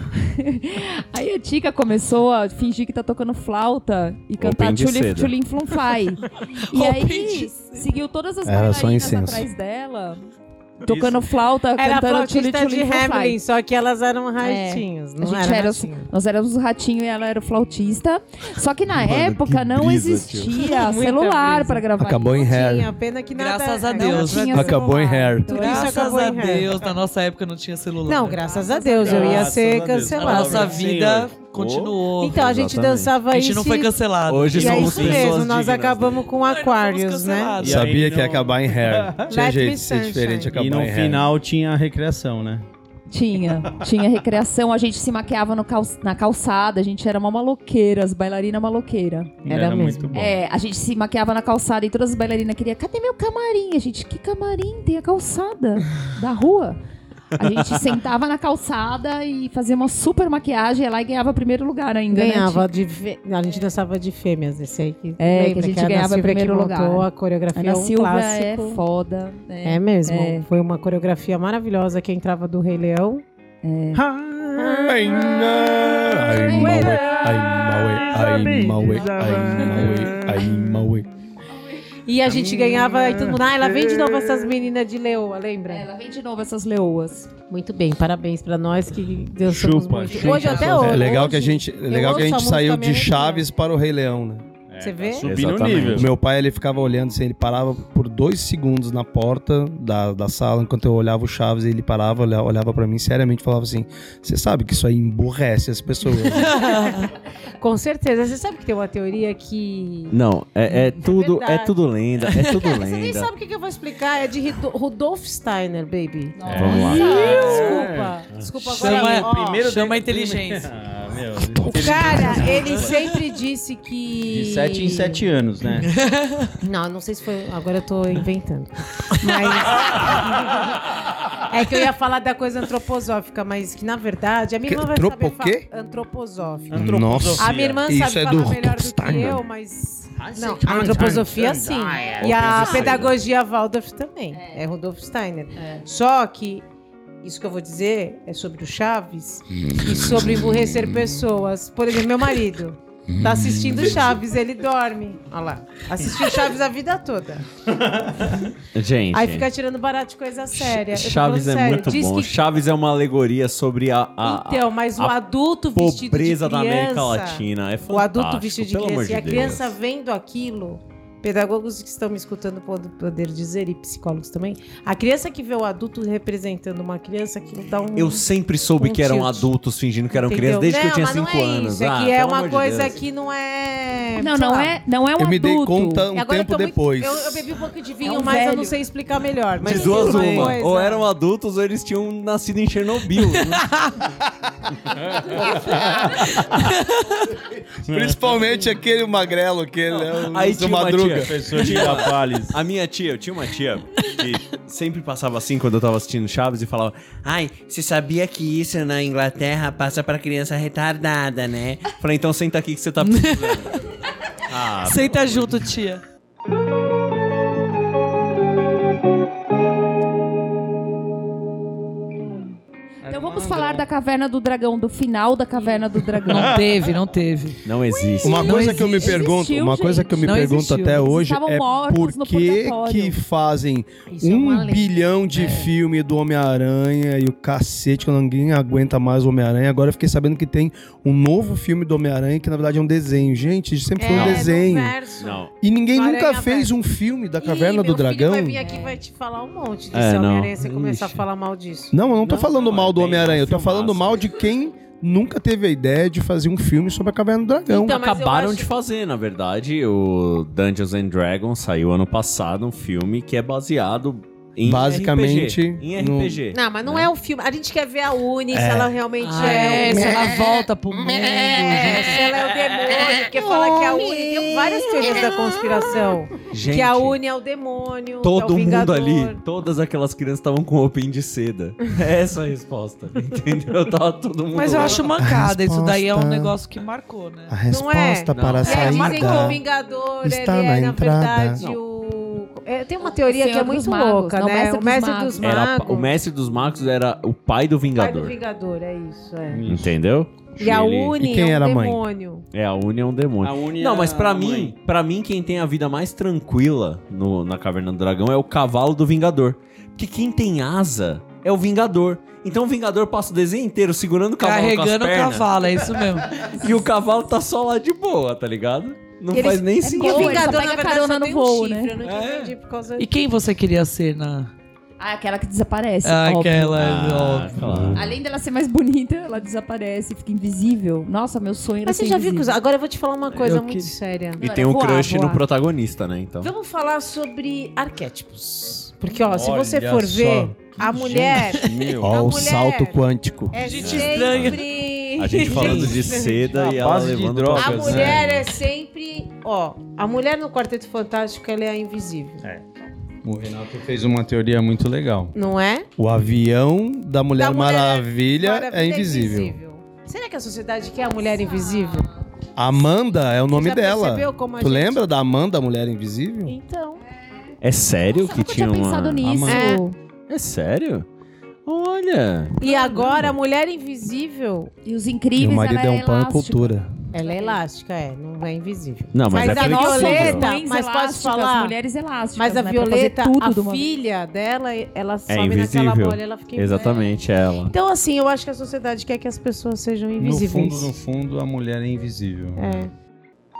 Aí a Tica começou a fingir que tá tocando flauta e cantar Open de seda. Tchulin Flum Fly. E Open aí de seguiu todas as Era só bailarinas incenso. atrás dela, tocando flauta, Era a cantando Tchulin flautista de Tchulin Flum Hamlin, Fly. só que elas eram ratinhos. A Não gente era era, ratinho. nós éramos o ratinho e ela era o flautista. Só que na época que não brisa, existia Muita celular brisa. pra gravar. Acabou em hair. Tinha, pena que nada... Graças a não Deus. tinha Acabou em celular. hair. Tudo isso Graças acabou a em hair. Deus, na nossa época não tinha celular. Não, graças a Deus, eu ia Graças ser a Deus. A cancelada. nossa vida continuou. Então, a gente Exatamente. dançava a gente isso não foi e- cancelado. Hoje E é somos isso pessoas mesmo, nós dignas, acabamos com Nós não fomos Aquários, né? cancelados. E Sabia aí que ia no- acabar em hair. Tinha Let jeito me de ser sunshine. diferente, acabar E no em hair. final tinha a recreação, né? Tinha recreação, a gente se maquiava na calçada, a gente era uma maloqueira, as bailarinas maloqueira. Era mesmo. muito bom. É, a gente se maquiava na calçada e todas as bailarinas queriam, cadê meu camarim? A gente, que camarim? Tem a calçada da rua. A gente sentava na calçada e fazia uma super maquiagem, ia lá e ganhava primeiro lugar ainda, Ganhava né? a gente dançava de fêmeas, esse aí. É, lembra que a gente a Ana ganhava Silvia primeiro que lugar. montou a coreografia, Ana um Silva clássico. é foda. Né? É mesmo. É. Foi uma coreografia maravilhosa que entrava do Rei Leão. Ai, Maue, ai, Maue, ai, Maue. E a gente ganhava e todo mundo, ela vem de novo essas meninas de leoa, lembra? Ela vem de novo essas leoas. Muito bem, parabéns pra nós que Deus somos Chupa, muito. chupa. Hoje até hoje. É legal hoje, que a gente, eu legal que a ouço gente música saiu minha de Chaves para o Rei Leão, né? Você vê? Subindo o Exatamente. nível. O meu pai, ele ficava olhando assim, ele parava por 2 segundos na porta da sala, enquanto eu olhava o Chaves, ele parava, olhava pra mim seriamente e falava assim, você sabe que isso aí emburrece as pessoas. Com certeza. Você sabe que tem uma teoria que... Não, é tudo verdade. lenda, é tudo Você nem lenda. sabe o que eu vou explicar. É de Rudolf Steiner, baby. Vamos lá. Desculpa. Desculpa agora. Chama, ó, Primeiro chama a dele- inteligência. Meu, O cara, ele sempre disse que... de 7 em 7 anos, né? Não sei se foi... Agora eu tô inventando. Mas... É que eu ia falar da coisa antroposófica, mas que, na verdade, a minha irmã vai saber falar... Antroposófica. Nossa. A minha irmã Isso sabe é falar do melhor do que Steiner. eu, mas... Não, a antroposofia sim. E a pedagogia Waldorf também. É Rudolf Steiner. Só que isso que eu vou dizer é sobre o Chaves e sobre emburrecer pessoas. Por exemplo, meu marido tá assistindo Chaves, ele dorme. Olha lá. Assistiu Chaves a vida toda. Gente, Aí fica tirando barato de coisa séria. Eu tô Chaves falando é sério. muito Diz bom. que... Chaves é uma alegoria sobre Então, mas o a adulto vestido de pobreza criança... da América Latina. É fantástico. O adulto vestido de pelo amor criança. E a de criança Deus. vendo aquilo... Pedagogos que estão me escutando podem poder dizer, e psicólogos também. A criança que vê o adulto representando uma criança, aquilo dá um... Eu sempre soube que eram tilt. adultos fingindo que eram Entendeu? crianças desde que eu tinha Não, mas 5 não é anos. Isso, é que é pelo uma amor de coisa Deus. que não é... Não, sei não lá. é um Eu adulto. me dei conta um E agora tempo eu tô depois. eu bebi um pouco de vinho, É um mas eu velho. não sei explicar melhor. Mas De duas tem uma. coisa. Ou eram adultos ou eles tinham nascido em Chernobyl. Principalmente aquele magrelo, aquele Aí o tinha seu uma Madruga. tia. Professor de Girafales. A minha tia, eu tinha uma tia que sempre passava assim quando eu tava assistindo Chaves e falava: ai, você sabia que isso na Inglaterra passa pra criança retardada, né? Falei, então senta aqui que você tá precisando. Senta junto, tia. Então vamos falar da Caverna do Dragão, do final da Caverna do Dragão. Não teve. Não existe. Uma Não coisa que eu me existe. pergunto, Existiu, uma coisa que eu me gente. Não pergunto existiu. até Eles hoje estavam é mortos no por que purgatório. que fazem Isso é uma lenda. bilhão de filme do Homem-Aranha e o cacete que ninguém aguenta mais o Homem-Aranha. Agora eu fiquei sabendo que tem um novo filme do Homem-Aranha que na verdade é um desenho. Gente, isso sempre foi um no desenho. verso. Não. E ninguém Aranha nunca fez verso. um filme da Caverna do Meu filho Dragão. vai vir aqui e vai te falar um monte desse não. Homem-Aranha, você começar a Ixi. falar mal disso. Não, eu não tô falando mal do bem, Homem-Aranha, eu tô filmaço. falando mal de quem nunca teve a ideia de fazer um filme sobre a Caverna do Dragão. Então, mas eu Acabaram acho- de fazer, na verdade, o Dungeons and Dragons saiu ano passado, um filme que é baseado em Basicamente, RPG. Em RPG. Não, mas não é um filme. A gente quer ver a Uni, se ela realmente Se ela volta pro mundo. se ela é o demônio, porque fala que a Uni... Tem várias teorias da conspiração. Gente, que a Uni é o demônio, que é todo o mundo Vingador. ali, todas aquelas crianças estavam com roupinha de seda. É essa a resposta, entendeu? Tava todo mundo Mas eu lá. acho mancada. Isso daí é um resposta- negócio que marcou, né? A resposta Não. para a E aí dizem que o saída. Vingador, está ele na é, na entrada. verdade, tem uma teoria que é Senhor muito dos Magos, louca, não, né? o Mestre dos Era, Magos. o mestre dos magos era o pai do Pai Vingador. do Vingador, é isso, é. Entendeu? E a Ele- Uni E quem é um era a mãe? demônio. É, a Uni é um demônio. A Uni Não, é mas pra a mim, mãe. para mim, quem tem a vida mais tranquila na Caverna do Dragão é o cavalo do Vingador. Porque quem tem asa é o Vingador. Então o Vingador passa o desenho inteiro segurando o cavalo Carregando com o as pernas. cavalo, é isso mesmo. E o cavalo tá só lá de boa, tá ligado? Não Eles- faz nem E sentido. o Boa, ele Vingador, só na pega verdade, carona só no tem voo, um chifre. né? Eu não entendi por causa E quem você queria ser na... Ah, aquela que desaparece. Aquela... Ah, óbvio. claro. Além dela ser mais bonita, ela desaparece, fica invisível. Nossa, meu sonho era Mas você ser já viu que... invisível. Agora eu vou te falar uma coisa Eu muito que- séria. E Não, tem era um voar, crush no voar. protagonista, né? Então. Vamos falar sobre arquétipos. Porque, ó, se Olha você for só, ver, a mulher... Meu. A Ó, o mulher salto quântico. É Gente sempre... A gente falando de seda A e ela base de levando drogas, pra A né? mulher é sempre... Ó, a mulher no Quarteto Fantástico, ela é a invisível. O Renato fez uma teoria muito legal. Não é? O avião da Mulher, Da Mulher Maravilha é invisível. Será que a sociedade quer a mulher invisível? Amanda é o nome Já dela. percebeu como a Tu gente- lembra da Amanda, a Mulher Invisível? Então... É sério Nossa, que eu nunca tinha tinha uma... pensado nisso. É sério? Olha... E agora, a mulher invisível, E os E incríveis, o marido ela é um pão e elástica. cultura. ela é elástica, não é invisível. Não, mas é a flexível. Violeta, Mães mas posso elásticas, falar? mulheres elásticas, Mas a né, pra fazer Violeta, tudo a de uma vez. filha dela, ela sobe invisível. naquela bolha, ela fica invisível. Exatamente, ela. Então, assim, eu acho que a sociedade quer que as pessoas sejam invisíveis. No fundo, a mulher é invisível. É.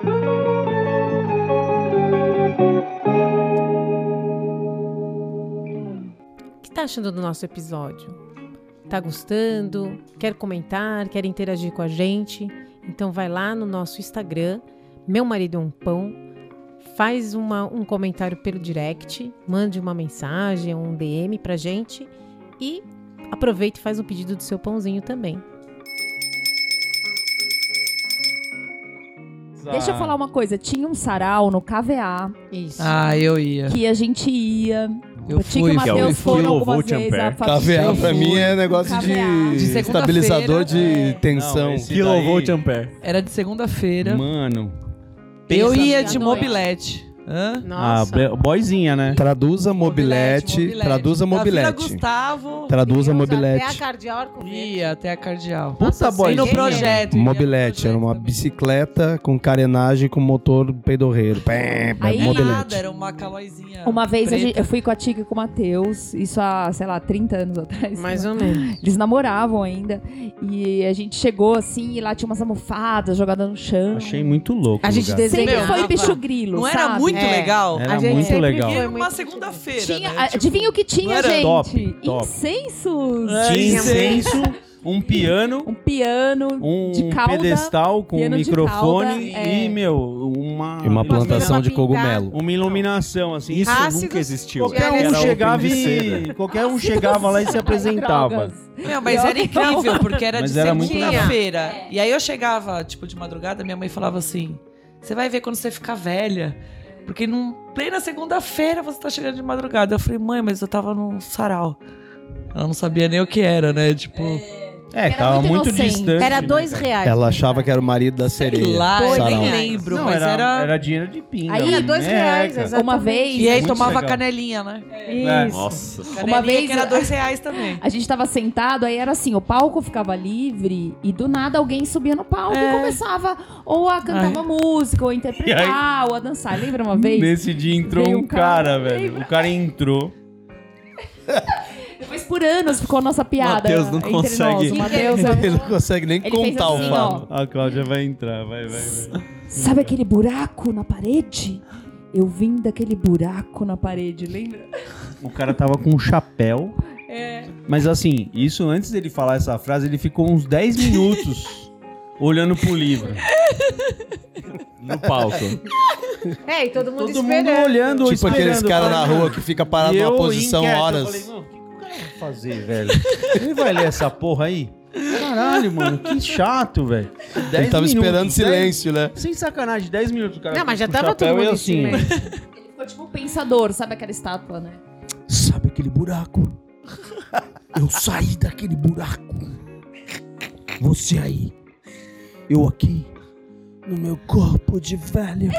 O que tá achando do nosso episódio? Tá gostando? Quer comentar? Quer interagir com a gente? Então vai lá no nosso Instagram, Meu Marido é um Pão, faz um comentário pelo direct, mande uma mensagem, um DM pra gente e aproveita e faz um pedido do seu pãozinho também. Deixa eu falar uma coisa. Tinha um sarau no KVA Isso. Ah, eu ia. que a gente ia. Eu O Tico fui, e o que é o Matheus foram Kilovolt algumas vezes. Ampere. a Fabi- KVA Eu pra fui. mim é negócio KVA. de De segunda-feira, estabilizador de tensão. Não, esse Kilovolt Ampere. Era de segunda-feira. Mano. Eu pensa- ia à de noite. mobilete. Hã? Nossa. boyzinha, né? Traduza mobilete. Traduza Da Vila mobilete. Gustavo. Traduza Até a mobilete. Cardeal Arco Verde. Ia até a Cardeal. Puta E boyzinha. no projeto. ia no Mobilete, era uma projeto bicicleta com carenagem com motor peidorreiro. Aí- também. Mobilete. Nada, era uma calóizinha. Uma vez preta. eu fui com a Tica e com o Matheus, isso há, sei lá, 30 anos atrás. Mais ou menos. Eles namoravam ainda. E a gente chegou assim, e lá tinha umas almofadas jogadas no chão. Achei muito louco. A o gente lugar. desenhava. Sempre foi Desenhava. bicho grilo, Não sabe? era muito É. legal? Era A gente muito sempre legal. foi Era uma muito segunda-feira, Tinha, né? Tipo, adivinha o que tinha, não era gente? top, top. Incensos. Tinha incenso, um piano, Um piano um de cauda. pedestal com piano de microfone cauda, e, é. meu, E uma plantação de pintar. cogumelo. uma iluminação, assim. Isso Ácidos, nunca existiu. Qualquer Era um open chegava de cera. e... Qualquer um chegava lá e se apresentava. Drogas. Meu, mas era incrível, porque era Mas de era muito segunda-feira. E aí eu chegava, tipo, de madrugada, minha mãe falava assim: você vai ver quando você ficar velha. Porque num plena segunda-feira você tá chegando de madrugada. Eu falei, mãe, mas eu tava num sarau. Ela não sabia nem o que era, né? Tipo, Era tava muito muito inocente. distante. Era né, R$2. cara? Ela achava que era o marido da sei sereia. lá, eu Sarau. nem lembro, Não, mas era... dinheiro de pinga. Aí, né? Era R$2, Merreca. exato. Uma vez. E aí Muito tomava legal. canelinha, né? Isso. Nossa. Canelinha vez que era eu- R$2 também. A gente tava sentado, aí era assim, o palco ficava livre e do nada alguém subia no palco e começava ou a cantar uma música, ou a interpretar, ou a dançar. Lembra uma vez? Nesse dia entrou Veio um um cara, cara, velho. O cara entrou. Depois por anos ficou a nossa piada Matheus não entre consegue. nós. O Matheus, Ele não consegue nem Ele fez contar assim, o ó. fato. A Cláudia vai entrar, vai. sabe aquele buraco na parede? Eu vim daquele buraco na parede, lembra? O cara tava com um chapéu. Mas assim, isso antes dele falar essa frase, ele ficou uns 10 minutos olhando pro livro. No palco. É, e todo mundo Todo mundo esperando. olhando, Tipo esperando, aqueles caras na falando. rua que fica parado E numa eu, posição inquieto, horas. Eu falei, mano, o que o cara vai fazer, velho? Ele vai ler essa porra aí? Caralho, mano, que chato, velho. Ele tava esperando silêncio, né? Sem sacanagem, 10 minutos o cara. Não, mas já com o tava chapéu todo e mundo assim. em silêncio. Ele ficou tipo um pensador, sabe aquela estátua, né? Sabe aquele buraco? Eu saí daquele buraco. Você aí. Eu aqui. No meu corpo de velho.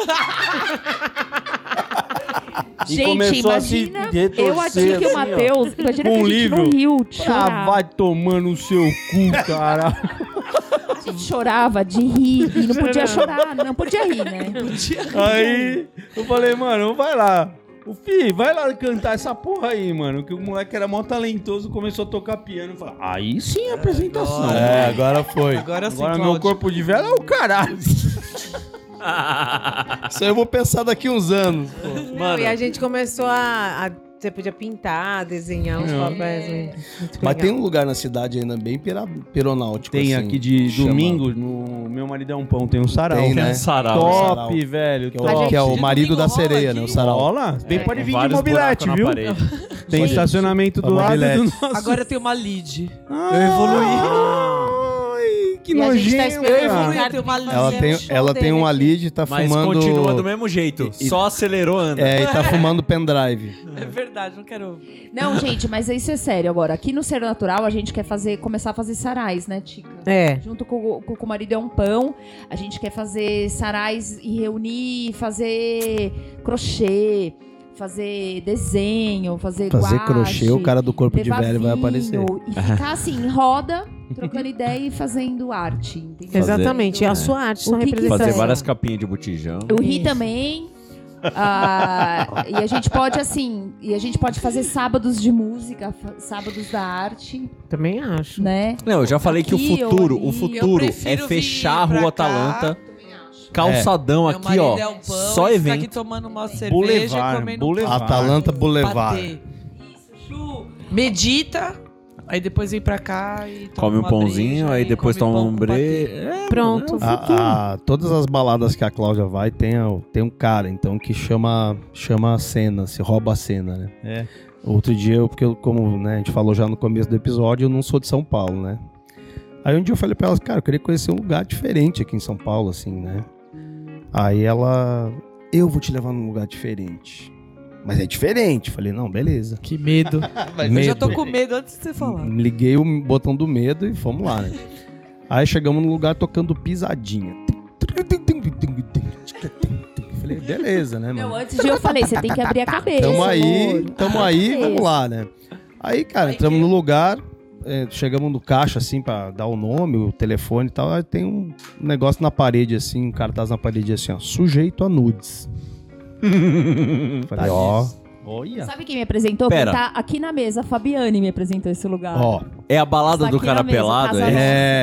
E Gente, começou a se imagina retorcer eu, a Tica e assim, o ó. Matheus. Imagina Com que a um gente livro. no Rio Ah, chorava. vai tomando o seu cu, caralho. A gente chorava de rir e não podia chorar, não podia rir, né? Aí eu falei, mano, vai lá. O Fih, vai lá cantar essa porra aí, mano. Que o moleque era mó talentoso, começou a tocar piano. Falei, aí sim a apresentação. É, agora foi. Agora sim, Agora meu Cláudio. corpo de velho é o caralho. Isso aí eu vou pensar daqui uns anos. Pô. Não, e a gente começou a você podia pintar, desenhar uns papéis. Né? Muito Mas legal. tem um lugar na cidade ainda bem peronáutico. Tem assim, aqui de chama- domingo, no Meu Marido é um Pão, tem um sarau. Tem, né? Sarau. Top, Sarau. velho. Que é top. o, que é o De marido domingo da rola sereia, de- né? O sarau. Rola? Bem pode vir de Vários mobilete, buracos na viu? parede. Tem estacionamento do Pra lado do mobilete. nosso. Agora eu tenho uma lead. Eu evoluí. Ai, que E a gente tá nojento, esperando Eu cara. evoluí, o eu tenho uma lead. Ela tem um lead, tá Mas fumando... continua do mesmo jeito. Só acelerou, anda. É, e tá fumando pendrive. É verdade, não quero... Não, gente, mas isso é sério agora. Aqui no Ser Natural a gente quer começar a fazer sarais, né, Tica? É. Junto com o marido é um pão, a gente quer fazer sarais e reunir, fazer crochê, fazer desenho, fazer Fazer guache, crochê, o cara do corpo de levar velho vai vinho aparecer. E ficar assim, em roda, trocando ideia e fazendo arte, entendeu? Exatamente. É a sua arte, sua O que que representação. Fazer várias capinhas de botijão. Eu ri Isso. também. E a gente pode, assim, fazer sábados de música, sábados da arte, Também acho. né? Não, eu já falei que Aqui o ou futuro, ali. o futuro Eu é prefiro fechar a vir pra Rua cá. Atalanta, calçadão Meu aqui, marido ó, é um pão, só e fica aqui evento. tomando uma cerveja, Boulevard, comendo Boulevard. Atalanta Boulevard. patê. Medita, aí depois vem pra cá e toma Come um uma pãozinho, breja aí e depois come toma pão um com bre... patê. É, Pronto. Todas as baladas que a Cláudia vai, tem um cara, então, que chama a cena, se rouba a cena, né? É. Outro dia, como né, a gente falou já no começo do episódio, eu não sou de São Paulo, né? Aí um dia eu falei pra ela, cara, eu queria conhecer um lugar diferente aqui em São Paulo, assim, né? Aí ela, eu vou te levar num lugar diferente. Mas é diferente. Falei, não, beleza. Que medo. Eu já tô com medo antes de você falar. Liguei o botão do medo e fomos lá, né? Aí chegamos no lugar tocando pisadinha. Falei, beleza, né, mano? Antes de eu falei, você tem que abrir a cabeça. Tamo aí, vamos lá, né? Aí, cara, entramos no lugar, chegamos no caixa, assim, pra dar o nome, o telefone e tal. Aí tem um negócio na parede, assim, um cartaz na parede, assim, ó, sujeito a nudes. Falei, ó. Olha. Sabe quem me apresentou? Pera. Quem tá aqui na mesa, a Fabiane me apresentou esse lugar. Ó. É a balada Está do aqui cara na mesa, pelado? casa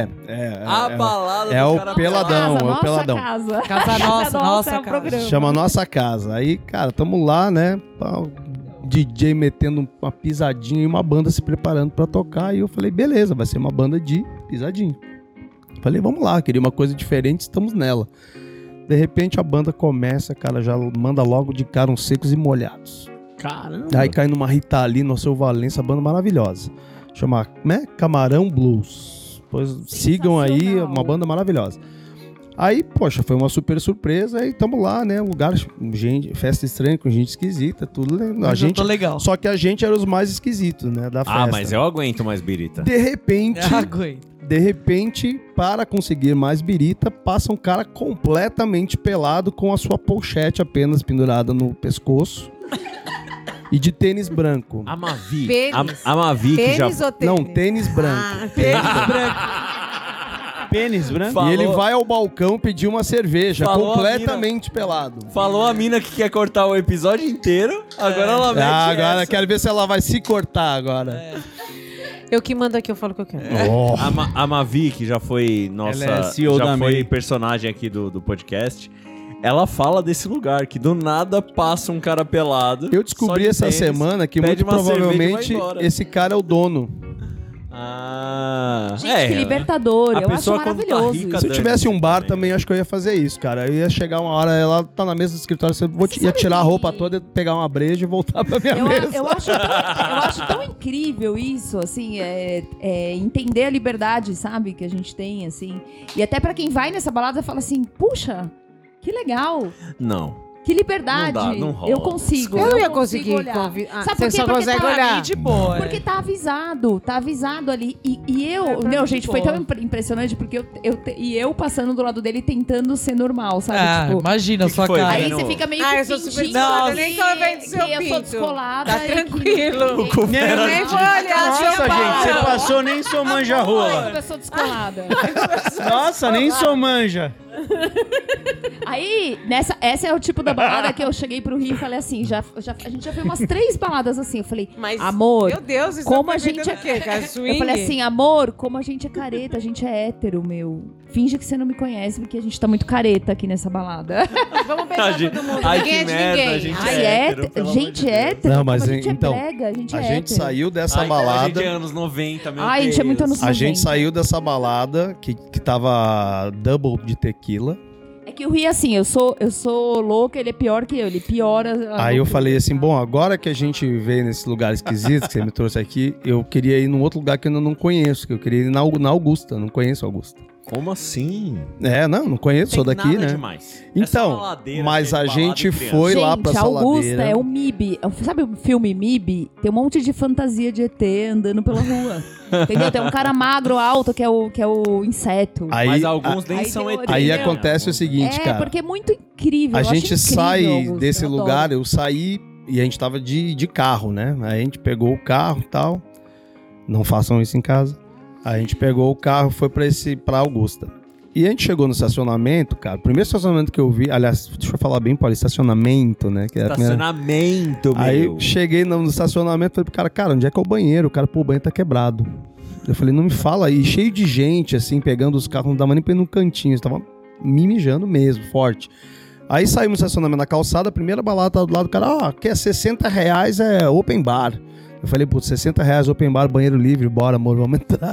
A balada é do o cara peladão. pelado. é o peladão. Casa. Casa nossa, nossa é o casa. programa. Chama Nossa Casa. Aí, cara, tamo lá, né? DJ metendo uma pisadinha e uma banda se preparando pra tocar. E eu falei, beleza, vai ser uma banda de pisadinha. Falei, vamos lá, queria uma coisa diferente, estamos nela. De repente a banda começa, cara, já manda logo de cara uns secos e molhados. Caramba. Aí cai numa Rita Lee, no seu Valença, banda maravilhosa. Chama, né? Camarão Blues. Pois sigam aí, uma banda maravilhosa. Aí, poxa, foi uma super surpresa. Aí tamo lá, né? Lugar, gente, festa estranha com gente esquisita, tudo. Né? A gente, tô legal. só que a gente era os mais esquisitos, né? Da festa. Ah, mas eu aguento mais birita. De repente, Aguento. para conseguir mais birita, passa um cara completamente pelado com a sua pochete apenas pendurada no pescoço. E de tênis branco. A Mavi. Pênis. A Mavi que já... Pênis ou tênis? Não, tênis branco. Ah, tênis branco. Pênis branco? Falou. E ele vai ao balcão pedir uma cerveja, Falou a completamente pelado. Falou a mina que quer cortar o episódio inteiro, agora ela mete Agora essa. quero ver se ela vai se cortar agora. Eu que mando aqui, eu falo o que eu quero. Oh. A Mavi, que já foi nossa, Ela é CEO já da foi MEI. personagem aqui do podcast, ela fala desse lugar, que do nada passa um cara pelado. Eu descobri só de essa tênis, semana que pede muito uma cerveja e provavelmente vai embora. esse cara é o dono. Ah, Gente, que libertador. a Eu acho pessoa quando tá maravilhoso. rica, Se eu dane-se tivesse um bar também. também, acho que eu ia fazer isso, cara. Eu ia chegar uma hora, ela tá na mesa do escritório, ia sabe tirar a que- roupa toda, pegar uma breja e voltar pra minha mesa. Eu acho tão incrível isso, assim, entender a liberdade, sabe, que a gente tem, assim. E até pra quem vai nessa balada fala assim, puxa, que legal, Não. que liberdade. Não dá, não rola. Eu consigo. Eu ia consigo conseguir olhar. convidar. Sabe Você por quê? só Porque consegue tá olhar. De boa. Porque tá avisado ali. E eu, pra não, mim, gente, de foi boa. tão impressionante porque eu passando do lado dele tentando ser normal, sabe? Ah, Tipo, imagina a que sua foi? cara. aí não. você fica meio Ah, que eu sou super fingindo descolada, que- nem tô vendo seu que eu sou pinto. descolada. Tá e que- tranquilo. O Eu nem vou olhar Nossa, seu gente, pau. você passou nem sou manja rola. Eu sou descolada. Nossa, nem sou manja. Aí, essa é o tipo da balada que eu cheguei pro Rio e falei assim, a gente já foi umas 3 baladas assim. Eu falei, Mas, amor, meu Deus, isso como tá a gente inventando o quê, cara? eu Swing? falei assim, amor, como a gente é careta, a gente é hétero, meu. Finge que você não me conhece, porque a gente tá muito careta aqui nessa balada. Vamos beijar Ai, todo mundo. ai, Ninguém que é de merda, ninguém. a gente Ai, é hétero, pelo amor gente de é Deus. hétero, Não, mas como a gente então, é brega, a gente A é gente hétero. saiu dessa A gente balada. é anos 90, meu Ai, Deus. gente, é muito anos A gente 90. saiu dessa balada que tava double de tequila. É que o Rio, assim, eu sou louca, ele é pior que eu, ele piora. Aí eu falei assim, bom, agora que a gente veio nesse lugar esquisito que você me trouxe aqui, eu queria ir num outro lugar que eu ainda não conheço, que eu queria ir na Augusta, não conheço a Augusta. Como assim? Não conheço, sou Tem daqui, nada né? demais. É Então, só uma ladeira mas cheia a de balada gente e criança. foi lá pra essa Augusta ladeira. é o MIB. Sabe o filme MIB? Tem um monte de fantasia de ET andando pela rua. Entendeu? Tem um cara magro, alto, que é o inseto. Aí, Mas alguns nem aí são tem ET. outro- aí entendeu? acontece o seguinte, cara. Porque é muito incrível. A eu acho gente incrível, sai Augusta, desse eu adoro. lugar, eu saí e a gente tava de carro, né? Aí a gente pegou o carro e tal. Não façam isso em casa. Aí a gente pegou o carro e foi pra Augusta. E a gente chegou no estacionamento, cara. O primeiro estacionamento que eu vi, aliás, deixa eu falar bem, Paulo, estacionamento, né? Que é a primeira- Estacionamento, Aí meu. cheguei no estacionamento e falei pro cara, onde é que é o banheiro? O cara, pô, o banheiro tá quebrado. Eu falei, não me fala aí, cheio de gente, assim, pegando os carros, não dava nem pra ir no cantinho, eu tava me mijando mesmo, forte. Aí saímos do estacionamento na calçada, a primeira balada tava do lado do cara, que é R$60 é open bar. Eu falei, pô, R$60 open bar, banheiro livre, bora, amor, vamos entrar.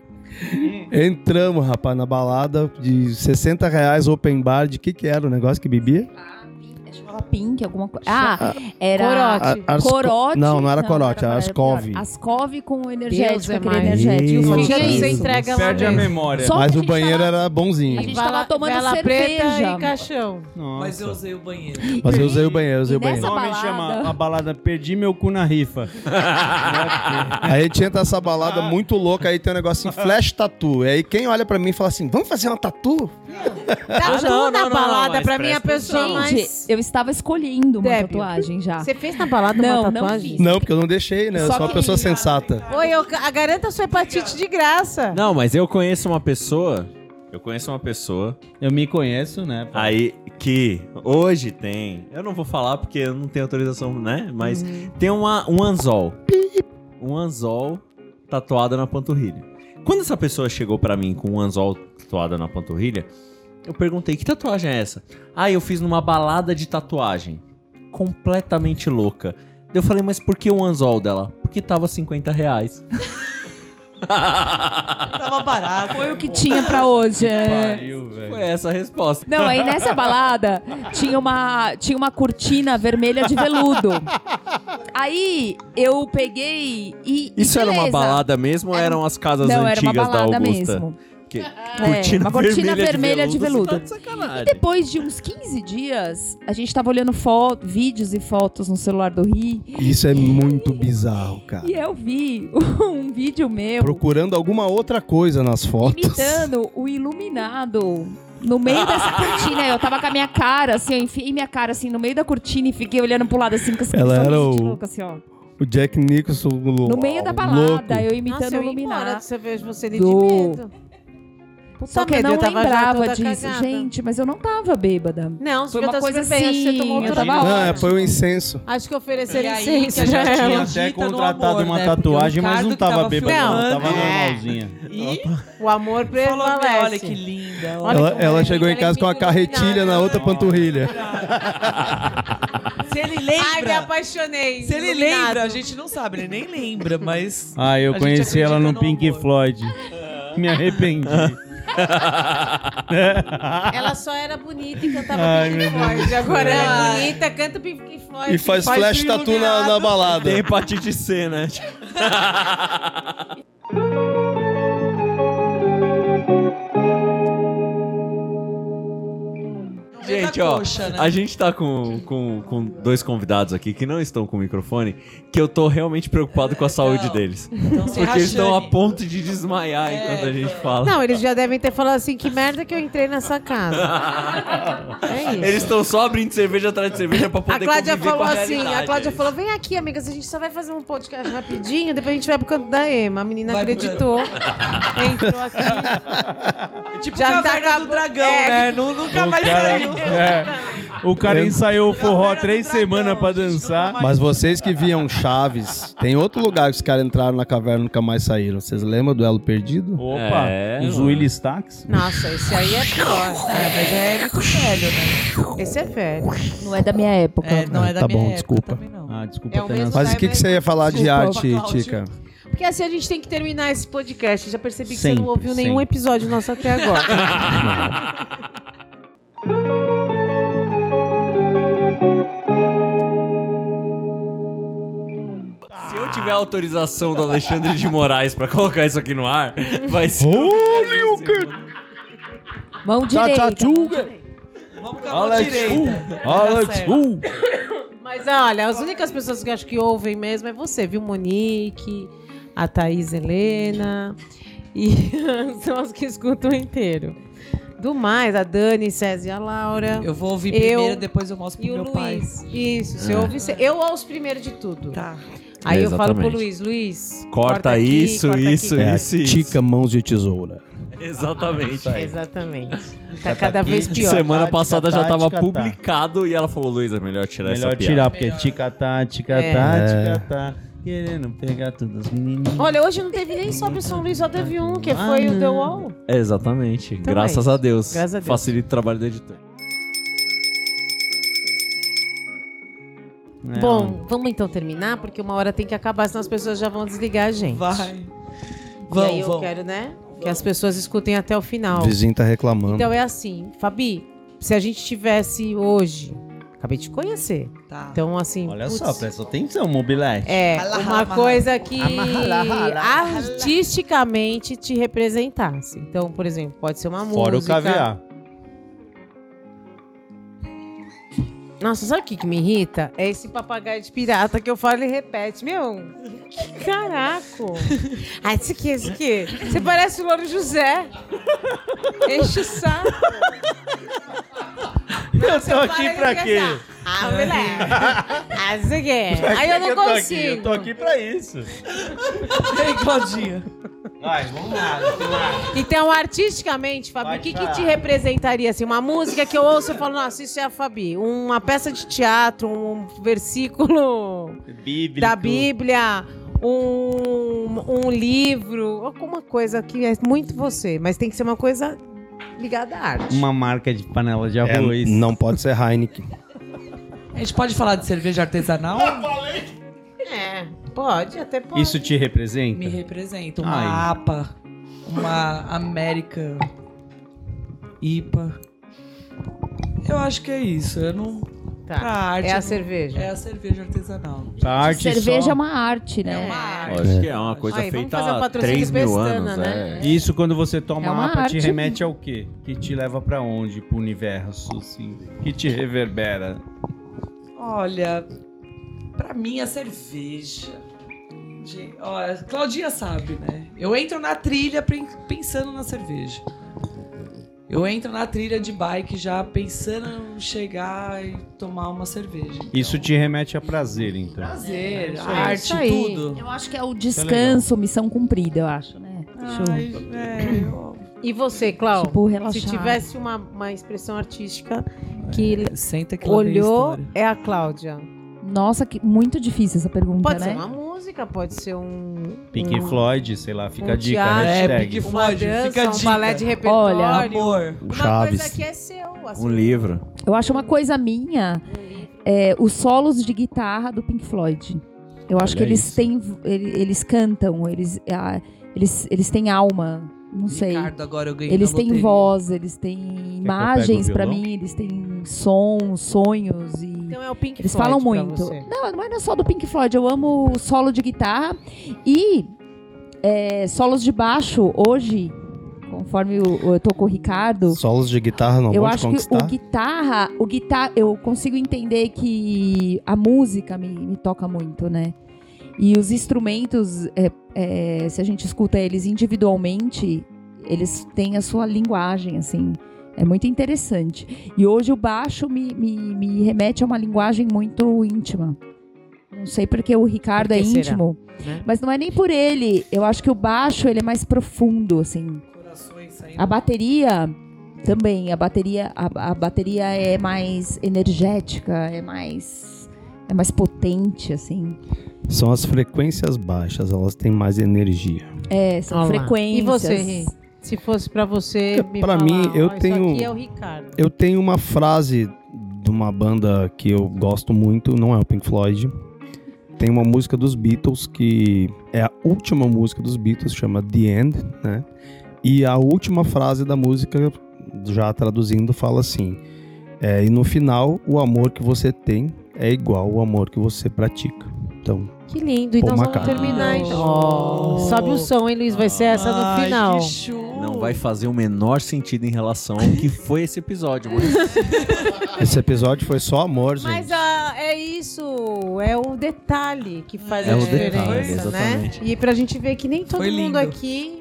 Entramos, rapaz, na balada de R$60 open bar, de que era o negócio que bebia? chamava Pink, alguma coisa. Ah, era Corote. Corote. Não era Corote, era Ascov. Ascov com Deus energético, é aquele mais. energético. Isso. Tinha Isso. você entrega lá Perde a mesmo. memória. Só Mas que a o gente banheiro tava- era bonzinho. A gente tava tomando vela cerveja. preta e caixão. Nossa. Mas eu usei o banheiro. Mas eu usei o banheiro, E nessa Normalmente balada- chama a balada Perdi Meu Cu na Rifa. Aí tinha essa balada muito louca, aí tem um negócio assim, flash tattoo. E aí quem olha pra mim e fala assim, vamos fazer uma tatu? Tatu não, na não, balada, mas pra mim, a presta pessoa Gente, mais... eu estava escolhendo uma Débil. tatuagem já. Você fez na balada Não, uma não tatuagem? fiz. Não, porque eu não deixei, né? Eu Só sou uma que- pessoa sensata. Oi, eu garanto a sua hepatite de graça. Não, mas eu conheço uma pessoa. Eu me conheço, né? Aí que hoje tem. Eu não vou falar porque eu não tenho autorização, né? Mas tem um anzol. Um anzol tatuado na panturrilha. Quando essa pessoa chegou pra mim com um anzol tatuado na panturrilha, eu perguntei: que tatuagem é essa? Ah, eu fiz numa balada de tatuagem. Completamente louca. Eu falei: mas por que o anzol dela? Porque tava R$50. Tava barato. Foi o que tinha pra hoje. Pariu, velho. Foi essa a resposta. Não, aí nessa balada tinha uma cortina vermelha de veludo. Aí eu peguei e. Isso era uma beleza. balada mesmo ou eram as casas Não, era uma antigas da balada Augusta? mesmo. Que... uma cortina vermelha de veludo. Você tá de sacanagem. E depois de uns 15 dias, a gente tava olhando vídeos e fotos no celular do Ri. Isso é muito bizarro, cara. E eu vi um vídeo meu Procurando alguma outra coisa nas fotos. imitando o Iluminado. No meio dessa cortina, eu tava com a minha cara, assim, eu enfiei minha cara, assim, no meio da cortina e fiquei olhando pro lado, assim, com essa Ela era sorriso de o- louca, assim, ó. O Jack Nicholson No meio da balada, louco. eu imitando Nossa, o eu ia embora Iluminado. se eu vejo você de Do- medo. Puta Só que eu medo, não tava já lembrava toda disso. cagada. Gente, mas eu não tava bêbada. Não, Foi você já uma tá coisa super bem, acho que você assim, tomou eu outro tava vinho. Não, foi o incenso. Acho que ofereceram E aí incenso. que a já gente era. Tinha Acredita até no contratado amor, uma né? tatuagem, Porque o mas não Ricardo tava que bêbado, tava não. Tava filmando. normalzinha. E O amor falou: prevalece. olha que linda. Olha Ela, como ela é, chegou em ela é casa com uma carretilha na outra panturrilha. Se ele Ai, me lembra. apaixonei. Se ele Iluminado. lembra, a gente não sabe, ele nem lembra, mas. Ah, eu A gente conheci ela no acredita no Pink amor. Floyd. Me arrependi. Ela só era bonita e cantava Ai, Pink meu Deus Floyd. do Agora céu. é bonita, canta Pink Floyd. E faz Faz flash o tatu na iluminado. balada. Tem hepatite C, né? Gente, ó, Coxa, né? a gente tá com dois convidados aqui que não estão com o microfone, que eu tô realmente preocupado com a saúde deles. Então, se Porque eles estão a rachane. ponto de desmaiar enquanto a gente fala. Não, eles já devem ter falado assim, que merda que eu entrei nessa casa. É isso. Eles estão só abrindo cerveja atrás de cerveja pra A poder Cláudia conviver falou com a assim, realidade. a Cláudia falou, vem aqui, amigas, a gente só vai fazer um podcast rapidinho, depois a gente vai pro canto da Ema. A menina Vai pro acreditou, entrou aqui. Tipo Já já tá Caverna do acabando. Dragão, É. né? Nunca mais saiu. O cara ensaiou o forró 3 semanas pra dançar. Mas vocês que viam Chaves, tem outro lugar que os caras entraram na caverna e nunca mais saíram. Vocês lembram do Elo Perdido? Opa, É, os mano. Willis Tax. Nossa, esse aí é pior. É, mas é muito velho, né? Esse é velho. Não é da minha época. É, não é da Tá minha bom, época desculpa. também, não. Ah, desculpa É o ter mesmo lançado. Mas o que você ia falar de Desculpa, arte, Cláudio. Tica? Porque assim a gente tem que terminar esse podcast. Já percebi que você Sempre, não ouviu nenhum sempre. episódio nosso até agora. Se eu tiver autorização do Alexandre de Moraes pra colocar isso aqui no ar, vai ser... Mão direita. Vamos com a mão direita. Tá certo. Mas olha, as únicas pessoas que eu acho que ouvem mesmo é você, viu? Monique, a Thaís Helena. E são as que escutam inteiro. Do mais, a Dani, César e a Laura. Eu vou ouvir Eu primeiro, depois eu mostro E pro o meu pai. Luiz. Isso, você ouve. Eu ouço primeiro de tudo. Tá. Aí eu falo pro Exatamente. Luiz, Corta aqui, isso, corta isso, aqui. É a isso, isso. Tica Mãos de Tesoura. Exatamente. Exatamente. Tá cada vez pior. Semana Tá, passada tica, já tava tica, tá. publicado e ela falou, Luiz, é melhor tirar essa Melhor piada. tirar, porque ticatá, ticatá. Querendo pegar todas as menininhas. Olha, hoje não teve nem sobre São Luís, só teve um, que foi o The Wall. Exatamente. Então Graças é a isso. Deus. Graças a Deus. Facilita o trabalho do editor. É, Bom, vamos então terminar, porque uma hora tem que acabar, senão as pessoas já vão desligar a gente. Vai. E aí Vamos, eu vamos. quero, né, que as pessoas escutem até o final. O vizinho tá reclamando. Então é assim, Fabi, se a gente tivesse hoje Acabei de conhecer. Tá. Então, assim... Olha putz, só, presta atenção, Mobilete. É, Rala, uma rala, coisa que rala. artisticamente te representasse. Então, por exemplo, pode ser uma Fora música... o caviar. Nossa, sabe o que me irrita? É esse papagaio de pirata que eu falo e repete. Meu, que caraco. Ah, esse aqui. Você parece o Louro José. Enche o saco. Eu tô aqui pra quê? Ah, moleque. Ah, isso aqui. Aí eu não consigo. Eu tô aqui pra isso. Ei, Claudinha. Vai, vamos lá. Então, artisticamente, Fabi, Vai, o que tá. te representaria? Assim, uma música que eu ouço e falo, nossa, isso é a Fabi. Uma peça de teatro, um versículo Bíblico. da Bíblia, um livro, alguma coisa que é muito você, mas tem que ser uma coisa ligada à arte. Uma marca de panela de arroz. Não pode ser Heineken. A gente pode falar de cerveja artesanal? É, pode, até pode. Isso te representa? Me representa. Uma Ai. APA, uma América IPA. Eu acho que é isso. Eu não... Tá. Pra arte, É eu a não- cerveja. É a cerveja artesanal. A arte Cerveja só... é uma arte, né? É uma arte. Lógico que é uma coisa Aí, vamos feita fazer um há patrocínio 3 mil Pestana, anos. né? Isso quando você toma É uma APA te arte. remete ao quê? Que te leva pra onde? Pro universo, assim. Que te reverbera. Olha, pra mim a cerveja... Gente, olha, Claudinha sabe, né? Eu entro na trilha pensando na cerveja. Eu entro na trilha de bike já pensando em chegar e tomar uma cerveja. Isso te remete a prazer, então. Prazer, Isso arte, aí. tudo. Eu acho que é o descanso, missão cumprida, eu acho, né? Ai, velho. E você, Clau? Tipo, relaxar. Se tivesse uma expressão artística que Senta que lá vem a olhou, história. é a Cláudia. Nossa, que muito difícil essa pergunta, Pode né? ser uma música, pode ser Pink Floyd, sei lá, fica um a dica, teatro. hashtag. Pink uma Floyd, dança, fica a um dica. balé de repertório. Olha, Amor. uma Chaves. coisa que é seu. Assim. Um livro. Eu acho uma coisa minha, os solos de guitarra do Pink Floyd. Eu acho Olha que eles isso. têm, eles cantam, eles têm alma, não sei. Ricardo, agora eu ganhei Eles na têm loteria. voz, eles têm imagens pego o pra violão? mim, eles têm sons, sonhos e Então é o Pink eles Floyd falam pra muito. você. Não, não é só do Pink Floyd, eu amo o solo de guitarra e solos de baixo hoje, conforme eu tô com o Ricardo. Solos de guitarra não Eu vão te acho que conquistar. o guitarra, eu consigo entender que a música me toca muito, né? E os instrumentos, se a gente escuta eles individualmente, eles têm a sua linguagem, assim. É muito interessante. E hoje o baixo me remete a uma linguagem muito íntima. Não sei porque o Ricardo Por que é será? íntimo, Né? mas não é nem por ele. Eu acho que o baixo ele é mais profundo, assim. Corações saindo. A bateria também, a bateria é mais energética, é mais potente, assim. São as frequências baixas, elas têm mais energia. São Olha lá. frequências. E você, Ri? Se fosse pra você me Pra falar, mim, eu isso tenho- aqui é o Ricardo. Eu tenho uma frase de uma banda que eu gosto muito, não é o Pink Floyd. Tem uma música dos Beatles que é a última música dos Beatles, chama The End, né? E a última frase da música, já traduzindo, fala assim: e no final, o amor que você tem é igual ao amor que você pratica. Então, Que lindo. E Paul nós vamos McCartney. terminar então. Ó, sobe o som, hein, Luiz? Vai ser essa no Ai, final. que show. Não vai fazer o menor sentido em relação ao que foi esse episódio, mas esse episódio foi só amor, gente. Mas é isso, é o detalhe que faz É a o diferença, detalhe, né? exatamente. E pra gente ver que nem todo Foi mundo lindo. aqui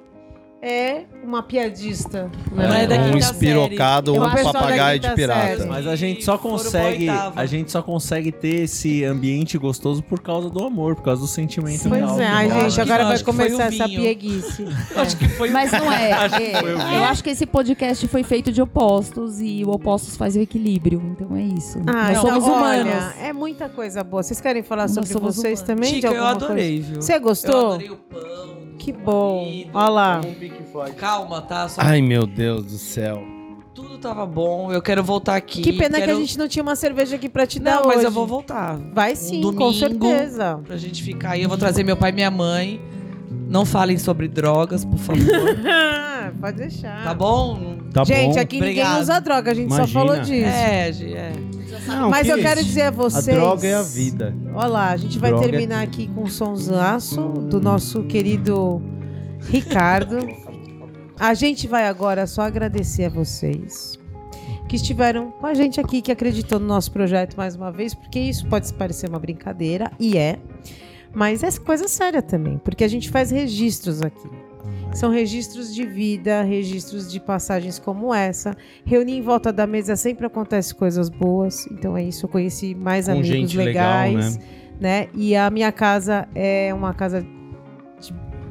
é uma piadista. Não é da um quinta espirocado, série. um É uma pessoa da papagaio de quinta pirata. série. Mas a gente só Foram pra consegue, oitava. a gente só consegue ter esse ambiente gostoso por causa do amor, por causa do sentimento Pois real. é, ai, Eu acho gente, que agora não, vai acho que foi começar o essa vinho. pieguice. Acho que foi Mas não é. foi o Eu acho que esse podcast foi feito de opostos e o opostos faz o equilíbrio. Então é isso. Ah, Nós então, somos humanos. olha, é muita coisa boa. Vocês querem falar Nós sobre somos vocês humanos. também? Chica, de eu alguma adorei, coisa? viu? Você Eu gostou? adorei o pão. Que bom. comida, Olha lá. Calma, tá? Só Ai, meu Deus do céu. tudo tava bom. Eu quero voltar aqui. Que pena que a quero- gente não tinha uma cerveja aqui pra te dar Não, hoje. mas eu vou voltar. Vai sim, domingo, com certeza. Pra gente ficar aí. Eu vou trazer meu pai e minha mãe Não falem sobre drogas, por favor. Pode deixar. Tá bom? Tá Gente, bom. aqui Obrigado. ninguém usa droga, a gente Imagina. só falou disso. Não, Mas que eu quero isso? dizer a A vocês... droga é a vida. Olha lá, a gente vai Droga é terminar aqui com um sonsaço do nosso querido Ricardo. A gente vai agora só agradecer a vocês que estiveram com a gente aqui, que acreditou no nosso projeto mais uma vez, porque isso pode parecer uma brincadeira, e é, mas é coisa séria também, porque a gente faz registros aqui. São registros de vida, registros de passagens como essa. Reunir em volta da mesa sempre acontece coisas boas. Então é isso, eu conheci mais Com amigos gente legais. legal, né? E a minha casa é uma casa de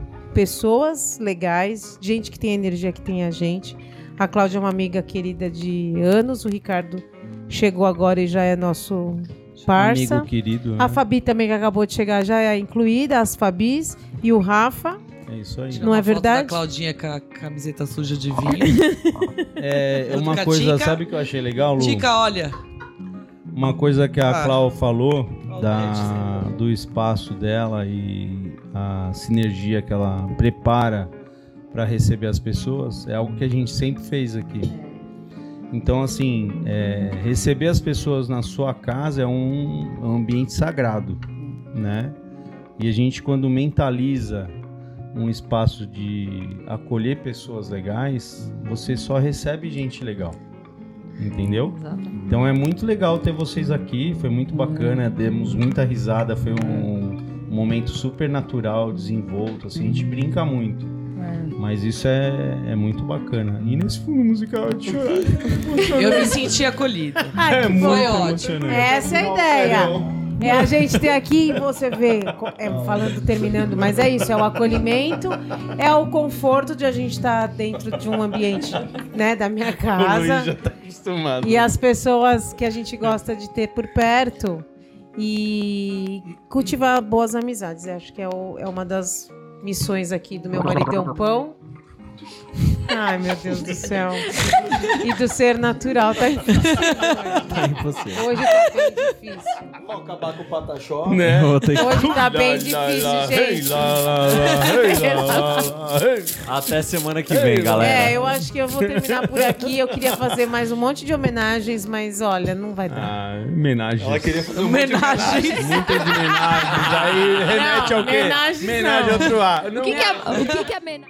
pessoas legais, gente que tem a energia que tem a gente. A Cláudia é uma amiga querida de anos. O Ricardo chegou agora e já é nosso parça. Amigo querido. A Fabi também, que acabou de chegar, já é incluída. As Fabis e o Rafa. É isso aí. Não é verdade? Da Claudinha com a camiseta suja de vinho. É Junto uma com a coisa, Tica. sabe o que eu achei legal, Lu? Tica, olha. Uma coisa que a Clau falou Maldade, do espaço dela e a sinergia que ela prepara para receber as pessoas é algo que a gente sempre fez aqui. Então, assim, receber as pessoas na sua casa é um ambiente sagrado, né? E a gente, quando mentaliza um espaço de acolher pessoas legais, você só recebe gente legal, entendeu? Exatamente. Então é muito legal ter vocês aqui, foi muito bacana, demos muita risada, foi um momento super natural, desenvolto, assim, a gente brinca muito. Mas isso é muito bacana. E nesse filme musical de chorar. Eu me senti acolhida. Ai, que muito bom. emocionante. Essa é a ideia. É a gente ter aqui, você vê, terminando, mas é isso, é o acolhimento, é o conforto de a gente estar dentro de um ambiente, né, da minha casa. Já tá acostumado. E as pessoas que a gente gosta de ter por perto e cultivar boas amizades. Eu acho que é uma das missões aqui do meu maridão Pão. Ai, meu Deus do céu. E do ser natural, tá difícil. Tá impossível. Hoje tá bem difícil. Vou acabar com o Pataxó. Né? Hoje tá bem difícil, gente. Até semana que vem, galera. Eu acho que eu vou terminar por aqui. Eu queria fazer mais um monte de homenagens, mas olha, não vai dar. Ah, homenagem. Ela queria fazer Homenagem. Muitas homenagens. Aí remete ao quê? homenagem Homenagem não. ao outro ar. O que é mena?